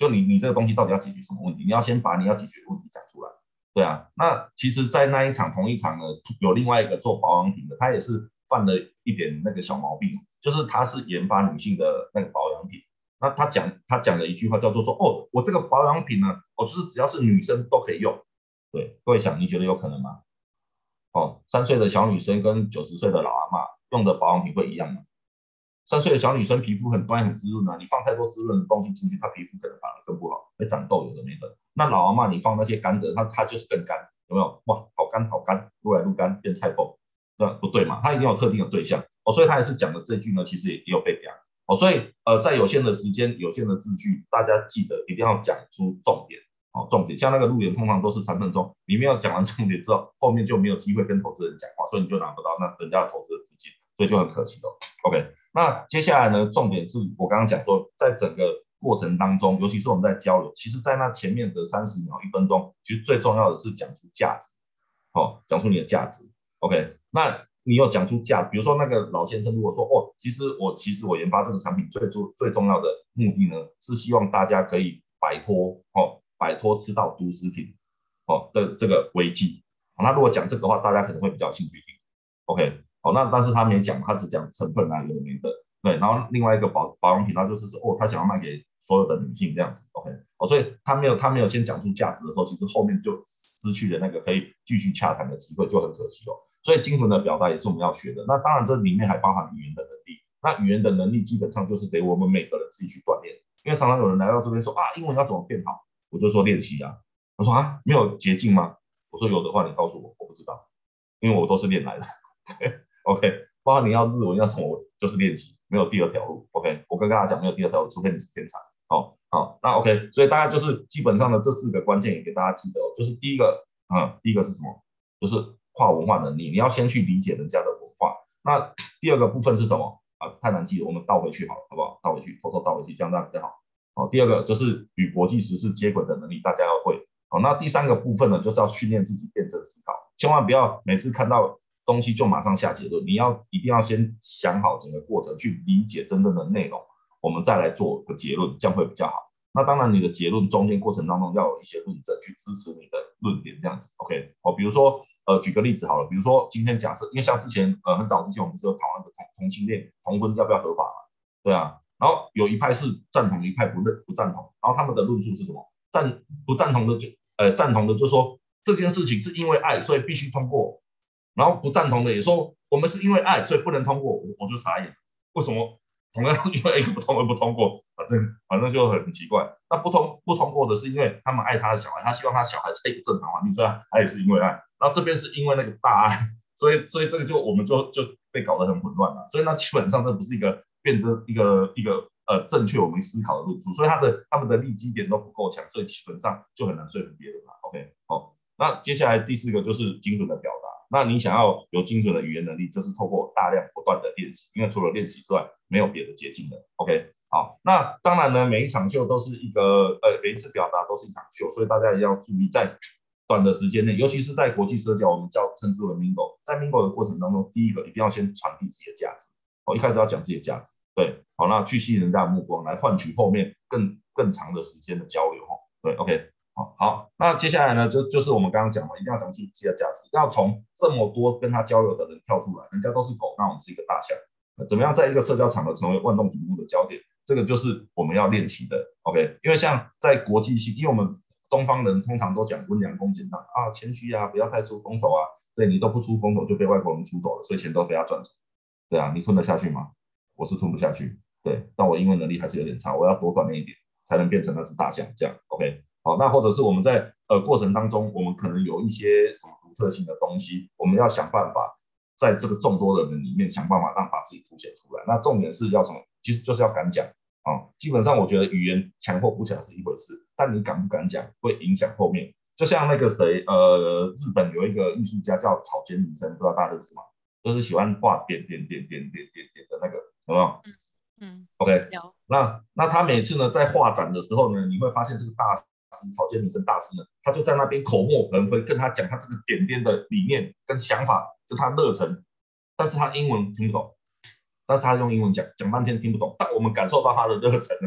就你你这个东西到底要解决什么问题？你要先把你要解决的问题讲出来。对啊，那其实，在那一场同一场呢，有另外一个做保养品的，他也是犯了一点那个小毛病，就是他是研发女性的那个保养品。那他讲他讲的一句话叫做说，哦，我这个保养品呢，哦，就是只要是女生都可以用。对，各位想，你觉得有可能吗？哦，三岁的小女生跟九十岁的老阿嬷用的保养品会一样吗？三岁的小女生皮肤很端很滋润啊，你放太多滋润的东西进去，她皮肤可能反而更不好，会长痘有的没的。那老阿嬷你放那些干的，她她就是更干，有没有？哇，好干好干，撸来撸干变菜包，对不对嘛？她一定有特定的对象哦，所以她也是讲的这句呢，其实也也有被讲哦。所以呃，在有限的时间、有限的字句，大家记得一定要讲出重点哦，重点。像那个路演通常都是三分钟，你们要讲完重点之后，后面就没有机会跟投资人讲话，所以你就拿不到那人家投资的资金，所以就很可惜了。OK。那接下来呢，重点是我刚刚讲说，在整个过程当中，尤其是我们在交流，其实在那前面的三十秒、一分钟，其实最重要的是讲出价值，哦，讲出你的价值。OK，那你有讲出价值，比如说那个老先生如果说，哦，其实我其实我研发这个产品最重最重要的目的呢，是希望大家可以摆脱哦，摆脱吃到毒食品哦的这个危机。那如果讲这个话，大家可能会比较有兴趣听。OK。哦，那但是他没讲，他只讲成分啊，有的没的，对。然后另外一个保保养品，他就是说，哦，他想要卖给所有的女性这样子 ，OK，哦，所以他没有他没有先讲出价值的时候，其实后面就失去了那个可以继续洽谈的机会，就很可惜哦。所以精准的表达也是我们要学的。那当然这里面还包含语言的能力，那语言的能力基本上就是给我们每个人自己去锻炼，因为常常有人来到这边说啊，英文要怎么变好，我就说练习啊。他说啊，没有捷径吗？我说有的话你告诉我，我不知道，因为我都是练来的。OK， 包括你要日文要什么，就是练习，没有第二条路。OK， 我跟大家讲，没有第二条路，除非你是天才。好，好，那 OK， 所以大概就是基本上的这四个关键也给大家记得哦。就是第一个，嗯，第一个是什么？就是跨文化能力，你要先去理解人家的文化。那第二个部分是什么？啊，太难记了，我们倒回去好了，好不好？倒回去，偷偷倒回去，这样这样比较好。好，第二个就是与国际时事接轨的能力，大家要会。好，那第三个部分呢，就是要训练自己辩证思考，千万不要每次看到东西就马上下结论，你要一定要先想好整个过程，去理解真正的内容，我们再来做个结论，这样会比较好。那当然，你的结论中间过程当中要有一些论证去支持你的论点，这样子 ，OK？ 哦，比如说，呃，举个例子好了，比如说今天假设，因为像之前，呃，很早之前我们是有讨论的同同性恋同婚要不要合法嘛，对啊，然后有一派是赞同，一派不认不赞同，然后他们的论述是什么？赞不赞同的就，呃，赞同的就说这件事情是因为爱，所以必须通过。然后不赞同的也说我们是因为爱所以不能通过，我我就傻眼，为什么同样因为 A 不通而不通过？反正反正就很奇怪。那不通不通过的是因为他们爱他的小孩，他希望他小孩在一个正常环境，所以他也是因为爱。然后这边是因为那个大爱，所以所以这个就我们就就被搞得很混乱了。所以那基本上这不是一个变得一个一个呃正确我们思考的路数，所以他的他们的立基点都不够强，所以基本上就很难说服别人了。OK， 好，那接下来第四个就是精准的表达。那你想要有精准的语言能力，就是透过大量不断的练习，因为除了练习之外，没有别的捷径的。OK， 好，那当然呢，每一场秀都是一个呃，每一次表达都是一场秀，所以大家也要注意，在短的时间内，尤其是在国际社交，我们叫称之为 mingle， 在 mingle 的过程当中，第一个一定要先传递自己的价值，哦，一开始要讲自己的价值，对，好，那去吸引人家的目光，来换取后面更更长的时间的交流，对 ，OK。好，好，那接下来呢，就就是我们刚刚讲嘛，一定要讲出自己的价值，要从这么多跟他交流的人跳出来，人家都是狗，那我们是一个大象，怎么样在一个社交场合成为万众瞩目的焦点？这个就是我们要练习的 ，OK？ 因为像在国际性，因为我们东方人通常都讲温良恭俭让啊，谦虚啊，不要太出风头啊，对你都不出风头就被外国人出走了，所以钱都被他赚走，对啊，你吞得下去吗？我是吞不下去，对，但我英文能力还是有点差，我要多锻炼一点，才能变成那只大象，这样 ，OK？好，那或者是我们在呃过程当中，我们可能有一些什么独特性的东西，我们要想办法在这个众多的人里面想办法让把自己凸显出来。那重点是要什么？其实就是要敢讲啊、哦。基本上我觉得语言强或不强是一回事，但你敢不敢讲会影响后面。就像那个谁，呃，日本有一个艺术家叫草间弥生，不知道大家认识吗？就是喜欢画点点点点点点点的那个，有没有？ 嗯嗯 OK， 有那那他每次呢在画展的时候呢，你会发现这个大师草间弥生大师呢，他就在那边口沫横飞，跟他讲他这个点点的理念跟想法，跟他热忱，但是他英文听不懂，但是他用英文讲讲半天听不懂，但我们感受到他的热忱呢，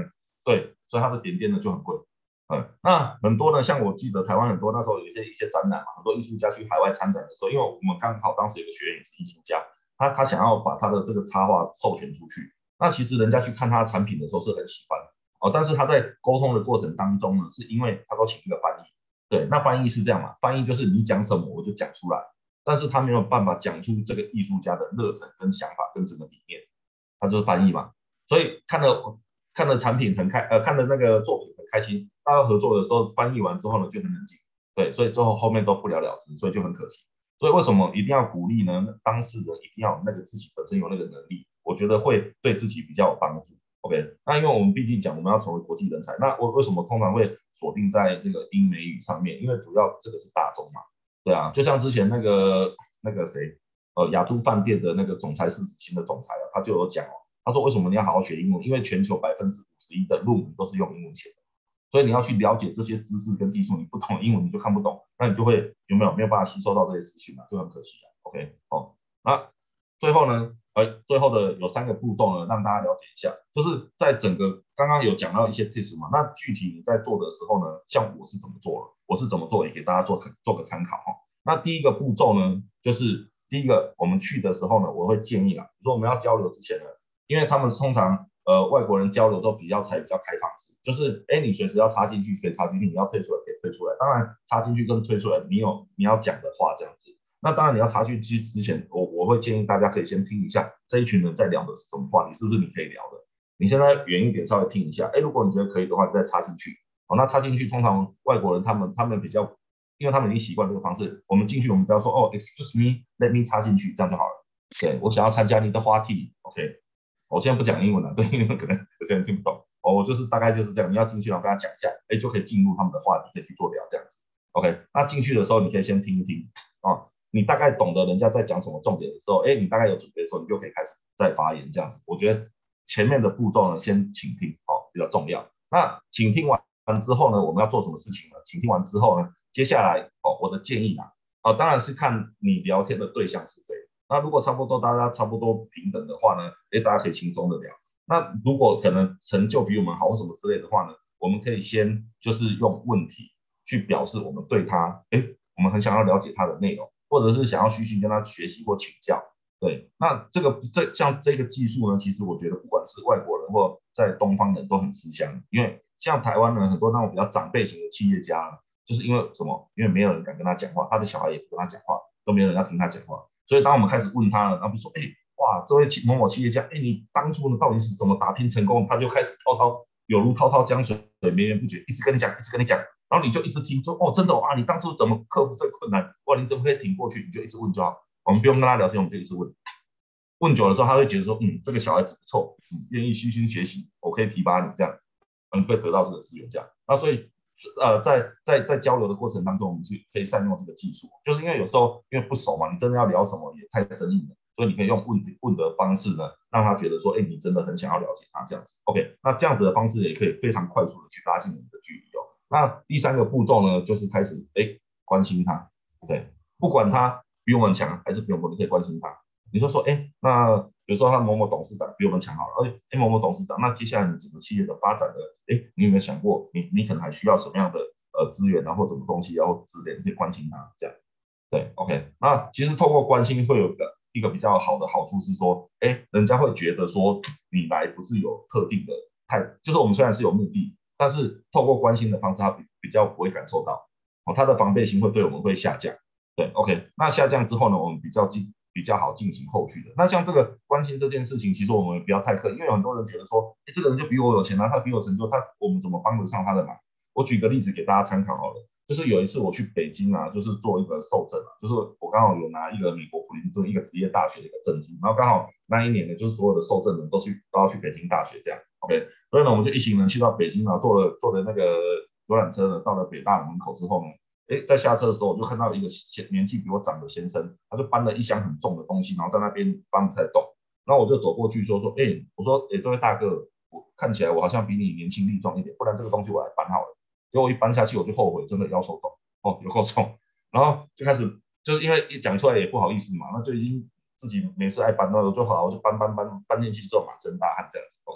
对，所以它的点点呢就很贵。嗯，那很多呢，像我记得台湾很多那时候有一些一些展览嘛，很多艺术家去海外参展的时候，因为我们刚好当时有个学员也是艺术家，他他想要把他的这个插画授权出去，那其实人家去看他的产品的时候是很喜欢哦，但是他在沟通的过程当中呢，是因为他都请一个翻译，对，那翻译是这样嘛，翻译就是你讲什么我就讲出来，但是他没有办法讲出这个艺术家的热忱跟想法跟整个理念，他就是翻译嘛，所以看了看了产品很开，呃，看了那个作品很开心，大家合作的时候翻译完之后呢就很冷静，对，所以最后后面都不了了之，所以就很可惜。所以为什么一定要鼓励呢？当事人一定要有那个自己本身有那个能力，我觉得会对自己比较有帮助。OK，那因为我们毕竟讲我们要成为国际人才，那为为什么通常会锁定在这个英美语上面？因为主要这个是大众嘛，对啊，就像之前那个那个谁，呃，雅都饭店的那个总裁是新的总裁啊，他就有讲哦，他说为什么你要好好学英文？因为全球百分之五十一的论文都是用英文写的。所以你要去了解这些知识跟技术，你不懂英文你就看不懂，那你就会有没有没有办法吸收到这些资讯嘛，就很可惜啊。OK， 哦，那最后呢，呃，最后的有三个步骤呢，让大家了解一下，就是在整个刚刚有讲到一些 tips 嘛，那具体你在做的时候呢，像我是怎么做了，我是怎么做，也给大家做做个参考哈。那第一个步骤呢，就是第一个我们去的时候呢，我会建议啦，比如说我们要交流之前呢，因为他们通常呃外国人交流都比较才比较开放式，就是哎你随时要插进去可以插进去，你要退出来可以退出来。当然插进去跟退出来，你有你要讲的话这样子。那当然你要插进去之前，我我会建议大家可以先听一下这一群人在聊的是什么话题，是不是你可以聊的？你现在远一点稍微听一下，哎，如果你觉得可以的话，你再插进去。好，那插进去通常外国人他们他们比较，因为他们已经习惯这个方式，我们进去我们只要说哦 ，excuse me，let me 插进去，这样就好了。对，我想要参加你的话题 ，OK。我现在不讲英文了，对，因为可能有些人听不懂。哦，我就是大概就是这样，你要进去，然后跟他讲一下，哎，就可以进入他们的话题，可以去做聊这样子。OK，那进去的时候，你可以先听一听啊，你大概懂得人家在讲什么重点的时候，哎，你大概有准备的时候，你就可以开始再发言这样子。我觉得前面的步骤呢，先倾听，哦，比较重要。那倾听完之后呢，我们要做什么事情呢？倾听完之后呢，接下来哦，我的建议啊，哦，当然是看你聊天的对象是谁。那如果差不多大家差不多平等的话呢，哎，大家可以轻松的聊。那如果可能成就比我们好或什么之类的话呢，我们可以先就是用问题去表示我们对他，哎，我们很想要了解他的内容，或者是想要虚心跟他学习或请教。对，那这个这像这个技术呢，其实我觉得不管是外国人或在东方人都很吃香，因为像台湾人很多那种比较长辈型的企业家，就是因为什么？因为没有人敢跟他讲话，他的小孩也不跟他讲话，都没有人要听他讲话。所以当我们开始问他了，然后比如说，哎，哇，这位某某企业家，哎，你当初呢到底是怎么打拼成功？他就开始滔滔，有如滔滔江水，绵绵不绝，一直跟你讲，一直跟你讲，然后你就一直听，说，哦，真的啊，你当初怎么克服这个困难？哇，你怎么可以挺过去？你就一直问就好，我们不用跟他聊天，我们就一直问。问久了之后，他会觉得说，嗯，这个小孩子不错，嗯，愿意虚心学习，我可以提拔你，这样，你会得到这个资源，这样。那所以，呃，在在在交流的过程当中，我们是可以善用这个技术，就是因为有时候因为不熟嘛，你真的要聊什么也太生硬了，所以你可以用问问的方式呢，让他觉得说，哎，你真的很想要了解他这样子。OK，那这样子的方式也可以非常快速的去拉近你们的距离哦。那第三个步骤呢，就是开始哎关心他，对，不管他比我们强还是比我们，你可以关心他。你就说，哎，那比如说他某某董事长比我们强好了，而且哎某某董事长，那接下来你整个企业的发展的，哎，你有没有想过，你你可能还需要什么样的呃资源啊，或什么东西，然后资源，你可以关心他这样。对，OK，那其实透过关心会有一个一个比较好的好处是说，哎，人家会觉得说你来不是有特定的太，就是我们虽然是有目的，但是透过关心的方式，他比比较不会感受到，哦，他的防备心会对我们会下降。对，OK，那下降之后呢，我们比较进比较好进行后续的。那像这个关心这件事情，其实我们不要太刻意，因为有很多人觉得说，哎，这个人就比我有钱啊，他比我成就，他我们怎么帮得上他的忙？我举个例子给大家参考好了，就是有一次我去北京啊，就是做一个受证啊，就是我刚好有拿一个美国普林顿一个职业大学的一个证书，然后刚好那一年呢，就是所有的受证人都去都要去北京大学这样，OK，所以呢，我们就一行人去到北京啊，坐了坐的那个游览车呢，到了北大门口之后呢。哎，在下车的时候，我就看到一个年纪比我长的先生，他就搬了一箱很重的东西，然后在那边搬不太动。然后我就走过去说说，哎，我说，哎，这位大哥，我看起来我好像比你年轻力壮一点，不然这个东西我来搬好了。结果我一搬下去，我就后悔，真的腰手痛，哦，有够重。然后就开始，就是因为一讲出来也不好意思嘛，那就已经自己没事爱搬，那我就好，我就搬搬搬搬进去之后满身大汗这样子。OK，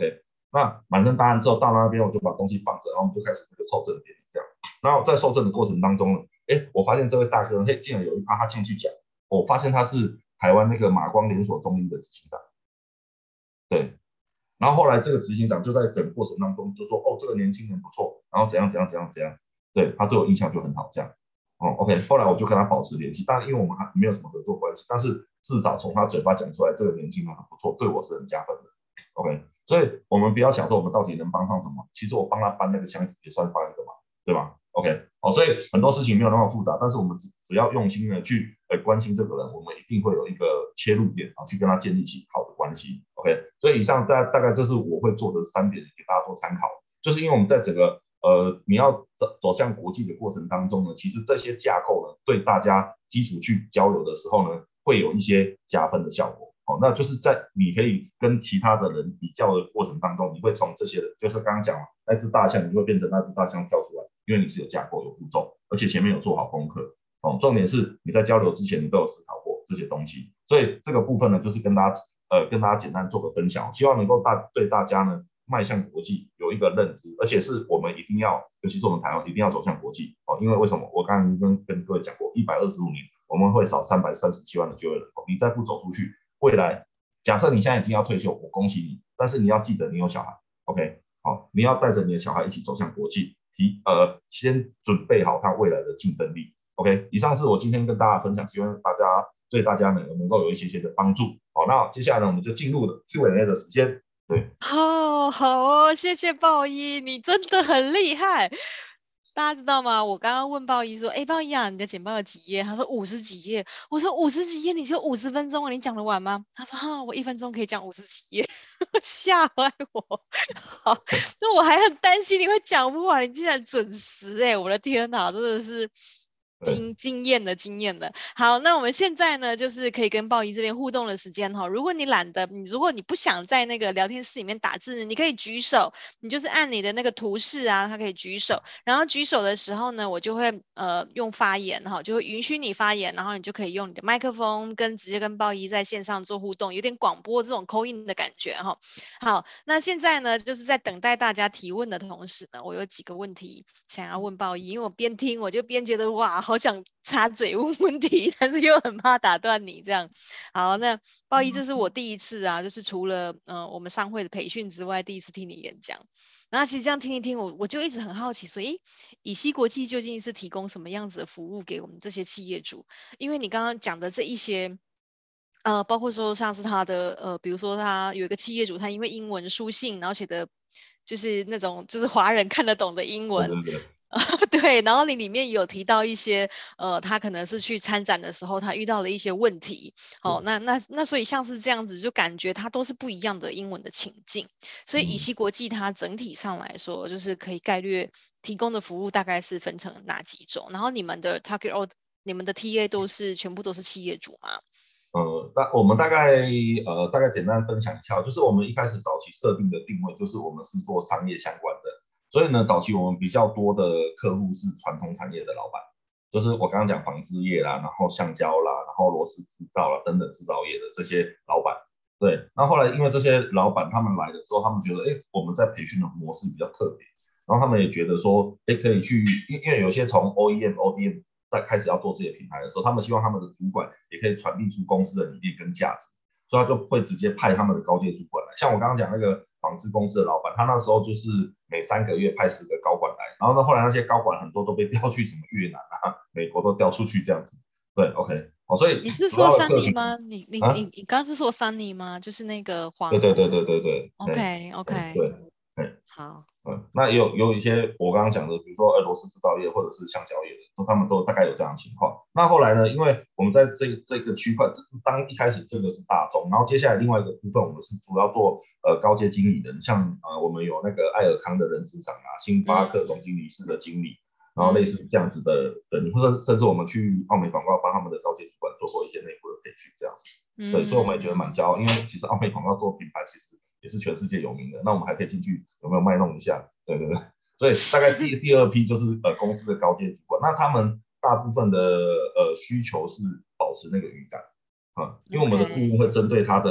那满身大汗之后到那边，我就把东西放着，然后我们就开始这个受证典礼这样。然后在受证的过程当中呢，哎，我发现这位大哥嘿，竟然有一趴他进去讲，我发现他是台湾那个马光连锁中医的执行长，对。然后后来这个执行长就在整个过程当中就说，哦，这个年轻人不错，然后怎样怎样怎样怎样，对他对我印象就很好，这样。哦，OK，后来我就跟他保持联系，但因为我们还没有什么合作关系，但是至少从他嘴巴讲出来，这个年轻人很不错，对我是很加分的。OK，所以我们不要想说我们到底能帮上什么，其实我帮他搬那个箱子也算帮一个忙，对吧？OK，好，所以很多事情没有那么复杂，但是我们只只要用心的去呃关心这个人，我们一定会有一个切入点啊，去跟他建立起好的关系。OK，所以以上大大概这是我会做的三点，给大家做参考。就是因为我们在整个呃你要走走向国际的过程当中呢，其实这些架构呢，对大家基础去交流的时候呢，会有一些加分的效果。哦，那就是在你可以跟其他的人比较的过程当中，你会从这些人，就是刚刚讲那只大象，你会变成那只大象跳出来，因为你是有架构、有步骤，而且前面有做好功课。哦，重点是你在交流之前，你都有思考过这些东西。所以这个部分呢，就是跟大家呃跟大家简单做个分享，希望能够大对大家呢迈向国际有一个认知，而且是我们一定要，尤其是我们台湾一定要走向国际哦。因为为什么？我刚刚跟跟各位讲过，一百二十五年我们会少三百三十七万的就业人口，你再不走出去。未来，假设你现在已经要退休，我恭喜你，但是你要记得你有小孩 ，OK， 好，你要带着你的小孩一起走向国际，提呃先准备好他未来的竞争力 ，OK。以上是我今天跟大家分享，希望大家对大家呢能够有一些些的帮助。好，那接下来呢我们就进入了 Q and A 的时间，对。 好好哦，谢谢鲍一，你真的很厉害。大家知道吗？我刚刚问鲍一说：“哎，鲍一啊，你的简报有几页？”他说：“五十几页。”我说：“五十几页，你就五十分钟啊，你讲得完吗？”他说：“哈，我一分钟可以讲五十几页。”吓坏我。好，那我还很担心你会讲不完，你竟然准时哎、欸！我的天哪，真的是惊惊艳的惊艳的。好，那我们现在呢，就是可以跟鲍一这边互动的时间哈。如果你懒得，你如果你不想在那个聊天室里面打字，你可以举手，你就是按你的那个图示啊，它可以举手。然后举手的时候呢，我就会呃用发言哈，就会允许你发言，然后你就可以用你的麦克风跟直接跟鲍一在线上做互动，有点广播这种 call in 的感觉哈。好，那现在呢，就是在等待大家提问的同时呢，我有几个问题想要问鲍一，因为我边听我就边觉得哇，好想插嘴问问题，但是又很怕打断你这样。好，那鲍一，这是我第一次啊，就是除了呃我们商会的培训之外，第一次听你演讲。然后其实这样听一听，我我就一直很好奇，所以以西国际究竟是提供什么样子的服务给我们这些企业主？因为你刚刚讲的这一些。呃，包括说像是他的呃，比如说他有一个企业主，他因为英文书信，然后写的就是那种就是华人看得懂的英文， 对对对。 对，然后你里面有提到一些呃，他可能是去参展的时候，他遇到了一些问题，好、哦，那那那所以像是这样子，就感觉它都是不一样的英文的情境，所以以西国际它整体上来说，就是可以概略提供的服务大概是分成哪几种，然后你们的 target audience，你们的 T A 都是全部都是企业主吗？ 呃，大我们大概呃大概简单分享一下，就是我们一开始早期设定的定位，就是我们是做商业相关的，所以呢，早期我们比较多的客户是传统产业的老板，就是我刚刚讲纺织业啦，然后橡胶啦，然后螺丝制造啦等等制造业的这些老板。对，那后来因为这些老板他们来了之后，他们觉得，哎，我们在培训的模式比较特别，然后他们也觉得说，哎，可以去，因因为有些从 O E M、O D M 在开始要做自己的品牌的时候，他们希望他们的主管也可以传递出公司的理念跟价值，所以他就会直接派他们的高阶主管来。像我刚刚讲那个纺织公司的老板，他那时候就是每三个月派十个高管来，然后呢，后来那些高管很多都被调去什么越南啊、美国都调出去这样子。对 ，OK， 好，所以你是说主要的客 Sunny 群吗？你你你啊， 你刚刚是说 Sunny 吗？就是那个黄对对对对对对，哎 ，OK 哎 OK， 对，哎。 好， 嗯，那也有有一些我刚刚讲的，比如说俄罗斯制造业或者是橡胶业的，都他们都大概有这样的情况。那后来呢，因为我们在这这个区块，当一开始这个是大众，然后接下来另外一个部分，我们是主要做呃高阶经理人，像呃我们有那个爱尔康的人资长啊，星巴克总经理室的经理，然后类似这样子的人，或者甚至我们去奥美广告帮他们的高阶主管做过一些内部的培训，这样子。对，所以我们也觉得蛮骄傲，因为其实奥美广告做品牌其实也是全世界有名的，那我们还可以进去有没有卖弄一下？对对对，所以大概第第二批就是呃公司的高阶主管，那他们大部分的呃需求是保持那个语感啊、嗯，因为我们的顾问会针对他的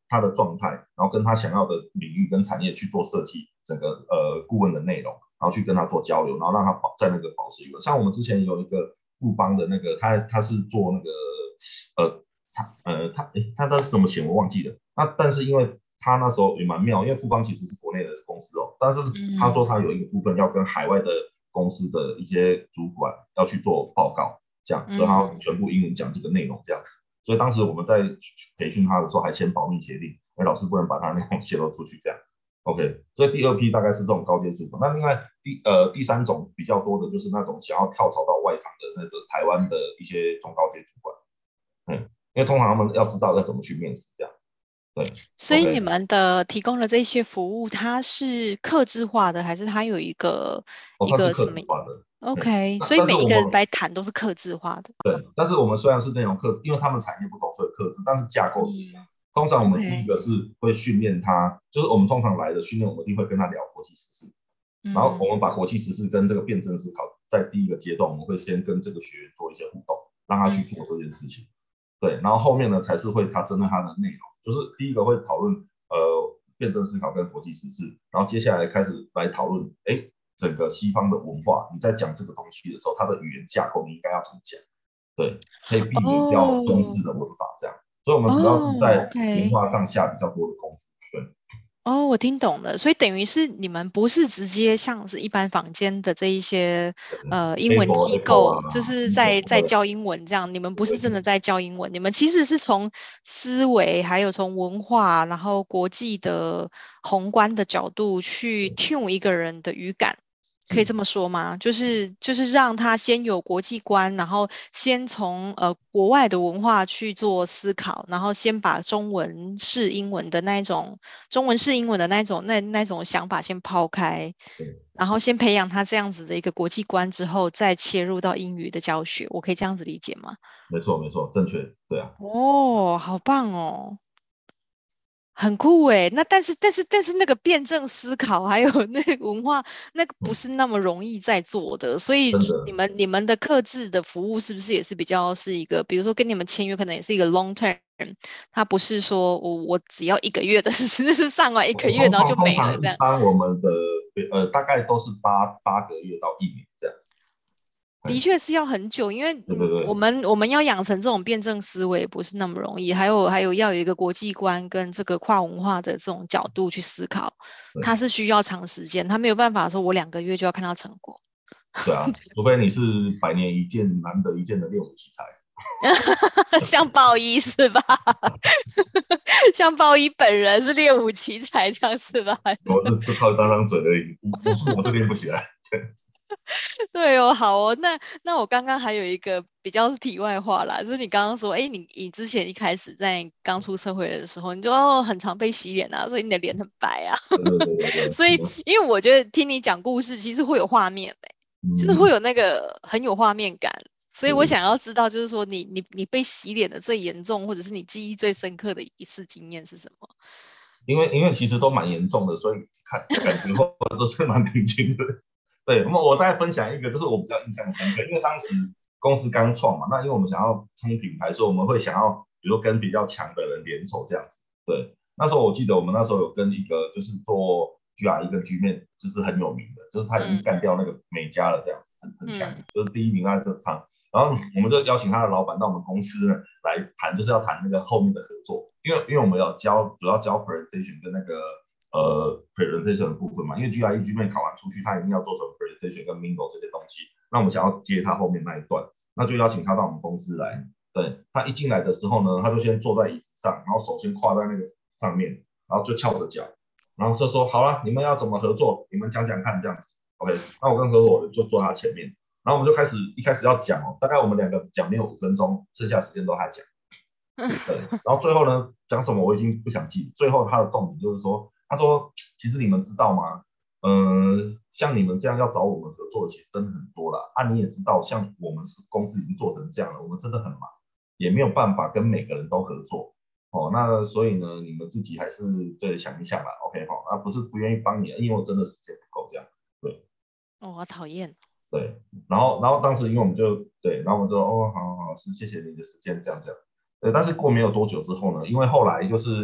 他的状态，然后跟他想要的领域跟产业去做设计，整个呃顾问的内容，然后去跟他做交流，然后让他保在那个保持一个。像我们之前有一个富邦的那个，他他是做那个呃呃他诶他他是怎么写我忘记了。那但是因为他那时候也蛮妙，因为富邦其实是国内的公司哦，但是他说他有一个部分要跟海外的公司的一些主管要去做报告，这样，所以他全部英文讲这个内容这样子。所以当时我们在培训他的时候还签保密协定，因为老师不能把他内容泄露出去这样。OK， 所以第二批大概是这种高阶主管。那另外第呃第三种比较多的就是那种想要跳槽到外商的那个台湾的一些中高阶主管，嗯，因为通常他们要知道要怎么去面试这样。对， 所以你们的提供的这些服务，它是客制化的，还是它有一个哦，它是客一个什么制化的。 ？OK， 那所以每一个但是我们来谈都是客制化的。 对，但是我们虽然是内容课，因为他们产业不同，所以课制，但是架构是一样。 嗯通常我们第一 ，OK， 个是会训练他，就是我们通常来的训练，我们一定会跟他聊国际时事，然后嗯我们把国际时事跟这个辩证思考，在第一个阶段，我们会先跟这个学员做一些互动，让他去做嗯这件事情。对，然后后面呢才是会他针对他的内容，就是第一个会讨论呃辩证思考跟国际时事，然后接下来开始来讨论，哎，整个西方的文化，你在讲这个东西的时候，它的语言架构你应该要怎么讲？对，可以避免掉中哦式的文法这样。所以我们主要是哦在文 ，OK， 化上下比较多的功夫。对， 哦，我听懂了。所以等于是你们不是直接像是一般坊间的这一些呃英文 Apple 机 Apple 啊， 构，就是苹果在在对教英文这样，你们不是真的对对在教英文，你们其实是从思维还有从文化，然后国际的宏观的角度去对， tune 一个人的语感。可以是这么说吗？就是就是让他先有国际观，然后先从呃国外的文化去做思考，然后先把中文式英文的那一种中文式英文的那一种那那种想法先抛开， 对， 然后先培养他这样子的一个国际观之后，再切入到英语的教学。我可以这样子理解吗？ 没错没错，正确，对啊， 哦，好棒哦！很酷诶，那但是但是但是那个辩证思考还有那个文化，那个不嗯， 是那么容易在做的，所以真的。 你们你们的客制的服务是不是也是比较是一个，比如说跟你们签约可能也是一个 long term，它不是说我我只要一个月的，是是上完一个月我通然后就常通常没了这样。 一般我们的呃大概都是八八个月到一年这样子。嗯， 的确是要很久，因为嗯，我对对对们我们要养成这种辩证思维不是那么容易，还有还有要有一个国际观跟这个跨文化的这种角度去思考，它对是需要长时间，它没有办法说我两个月就要看到成果。 对啊，除非你是百年一见、难得一见的练武奇才。 像鲍一是吧？像鲍一本人是练武奇才这样是吧？ 我是就靠一张张嘴而已，武武术我是练不起来。对， 对哦，好哦，那那我刚刚还有一个比较是题外话啦，就是你刚刚说，哎，你你之前一开始在刚出社会的时候，你就哦很常被洗脸啊，所以你的脸很白啊， 对对对对对， 所以因为我觉得听你讲故事，其实会有画面的，就是会嗯， 有那个很有画面感，所以我是想要知道，就是说你你你被洗脸的最严重，或者是你记忆最深刻的一次经验是什么？ 因为因为其实都蛮严重的，所以看感觉后来都是蛮平均的。对，那么我大概分享一个，就是我比较印象深刻，因为当时公司刚创嘛，那因为我们想要冲品牌，所以我们会想要，比如说跟比较强的人联手这样子。对，那时候我记得我们那时候有跟一个就是做 G R E 跟 G 面，就是很有名的，就是他已经嗯干掉那个美加了这样子，很很强， 嗯就是第一名那个他。然后我们就邀请他的老板到我们公司呢来谈，就是要谈那个后面的合作，因为因为我们要教主要教 presentation 跟那个呃 presentation 的部分嘛，因为 G R E G 面考完出去，他一定要做成 presentation 跟 mingle 这些东西，那我们想要接他后面那一段，那就邀请他到我们公司来。对，他一进来的时候呢，他就先坐在椅子上，然后手先跨在那个上面，然后就翘着脚，然后就说好了，你们要怎么合作？你们讲讲看这样子。OK，那我跟合伙人就坐他前面。然后我们就开始一开始要讲哦，大概我们两个讲没有五分钟，剩下时间都他讲。对，然后最后呢讲什么我已经不想记，最后他的重点就是说，他说其实你们知道吗？呃，像你们这样要找我们合作的，其实真的很多啦。啊，你也知道，像我们是公司已经做成这样了，我们真的很忙，也没有办法跟每个人都合作。哦，那所以呢，你们自己还是对想一下啦。OK，好，啊，不是不愿意帮你，因为我真的时间不够这样。对。 哦，好讨厌。 对，然后然后当时因为我们就对，然后我们就哦，好好好，是谢谢你的时间，这样这样。对，但是过没有多久之后呢，因为后来就是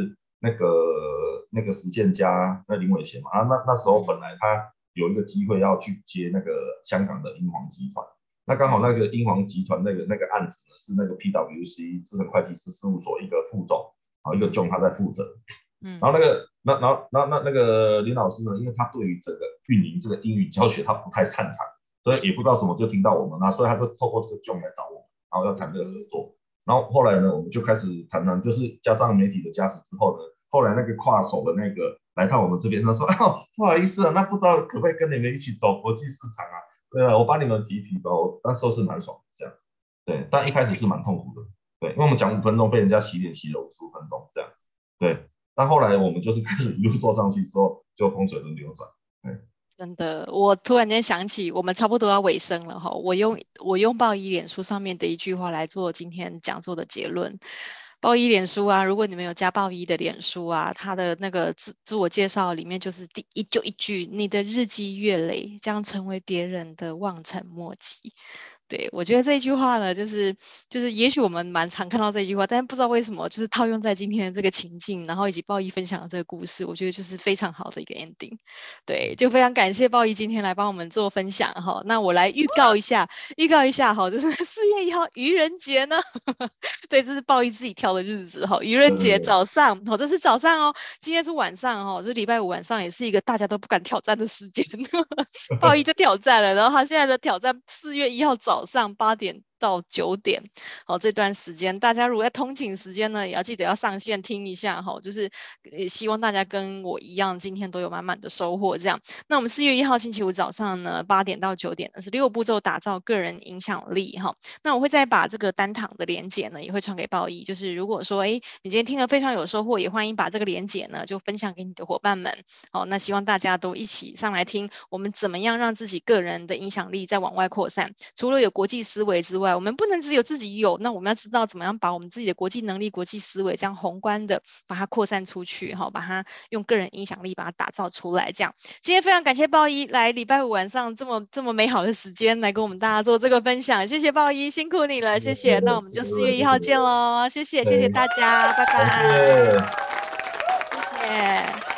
那个那个实践家那林伟贤嘛，啊，那那时候本来他有一个机会要去接那个香港的英皇集团，那刚好那个英皇集团那个那个案子呢是那个 P W C 资深会计师事务所一个副总，然后一个 John 他在负责，然后那个那然后那那那个林老师呢，因为他对于这个运营这个英语教学他不太擅长，所以也不知道什么就听到我们，那所以他就透过这个 John 来找我们，然后要谈这个合作。然后后来呢，我们就开始谈谈，就是加上媒体的加持之后呢，后来那个跨手的那个来到我们这边，他说：“哦，不好意思啊，那不知道可不可以跟你们一起走国际市场啊？对啊，我帮你们提提高。”那时候是蛮爽的，这样。对，但一开始是蛮痛苦的，对，因为我们讲五分钟被人家洗脸洗了五十五分钟，这样。对，但后来我们就是开始一路做上去之后，就风水轮流转。对。 真的，我突然间想起，我们差不多要尾声了哈。我用我用报一脸书上面的一句话来做今天讲座的结论。报一脸书啊，如果你们有加报一的脸书啊，它的那个自自我介绍里面就是第一就一句：你的日积月累将成为别人的望尘莫及。对，我觉得这句话呢，就是就是，也许我们蛮常看到这句话，但是不知道为什么，就是套用在今天的这个情境，然后以及报一分享的这个故事，我觉得就是非常好的一个 ending。对，就非常感谢报一今天来帮我们做分享哈。那我来预告一下，预告一下哈，就是四月一号愚人节呢，对，这是报一自己挑的日子哈。愚人节早上，哦，这是早上哦，今天是晚上哦，这礼拜五晚上也是一个大家都不敢挑战的时间，报一就挑战了，然后他现在的挑战四月一号早上八点到九点，哦，这段时间大家如果在通勤时间呢，也要记得要上线听一下哈，就是也希望大家跟我一样，今天都有满满的收获。这样，那我们四月一号星期五早上呢，八点到九点呢是六步骤打造个人影响力哈。那我会再把这个单堂的连结呢，也会传给报一，就是如果说哎你今天听了非常有收获，也欢迎把这个连结呢就分享给你的伙伴们。好，那希望大家都一起上来听，我们怎么样让自己个人的影响力再往外扩散。除了有国际思维之外，我们不能只有自己有，那我们要知道怎么样把我们自己的国际能力、国际思维这样宏观的把它扩散出去，哈，把它用个人影响力把它打造出来。这样，今天非常感谢报一来礼拜五晚上这么这么美好的时间来跟我们大家做这个分享，谢谢报一，辛苦你了，谢谢。那我们就四月一号见喽，谢谢，谢谢大家，拜拜，谢谢。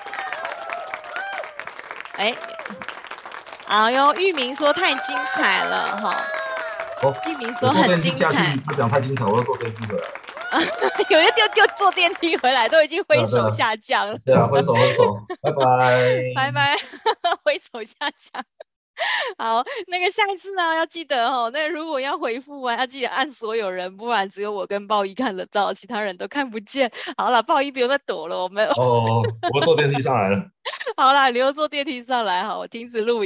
哎，哎呦，玉明说太精彩了哈。 哦， 玉明说很精彩。 他讲太精彩，我要坐电梯回来。 有人丢丢坐电梯回来，都已经挥手下降了。 对啊，挥手挥手，拜拜。 拜拜，挥手下降。好，那个下一次呢，要记得哦。那如果要回复啊，要记得按所有人，不然只有我跟报一看得到，其他人都看不见。好了，报一不用再躲了，我们。 哦，我坐电梯上来了。 好啦，你又坐电梯上来，好，我停止录影。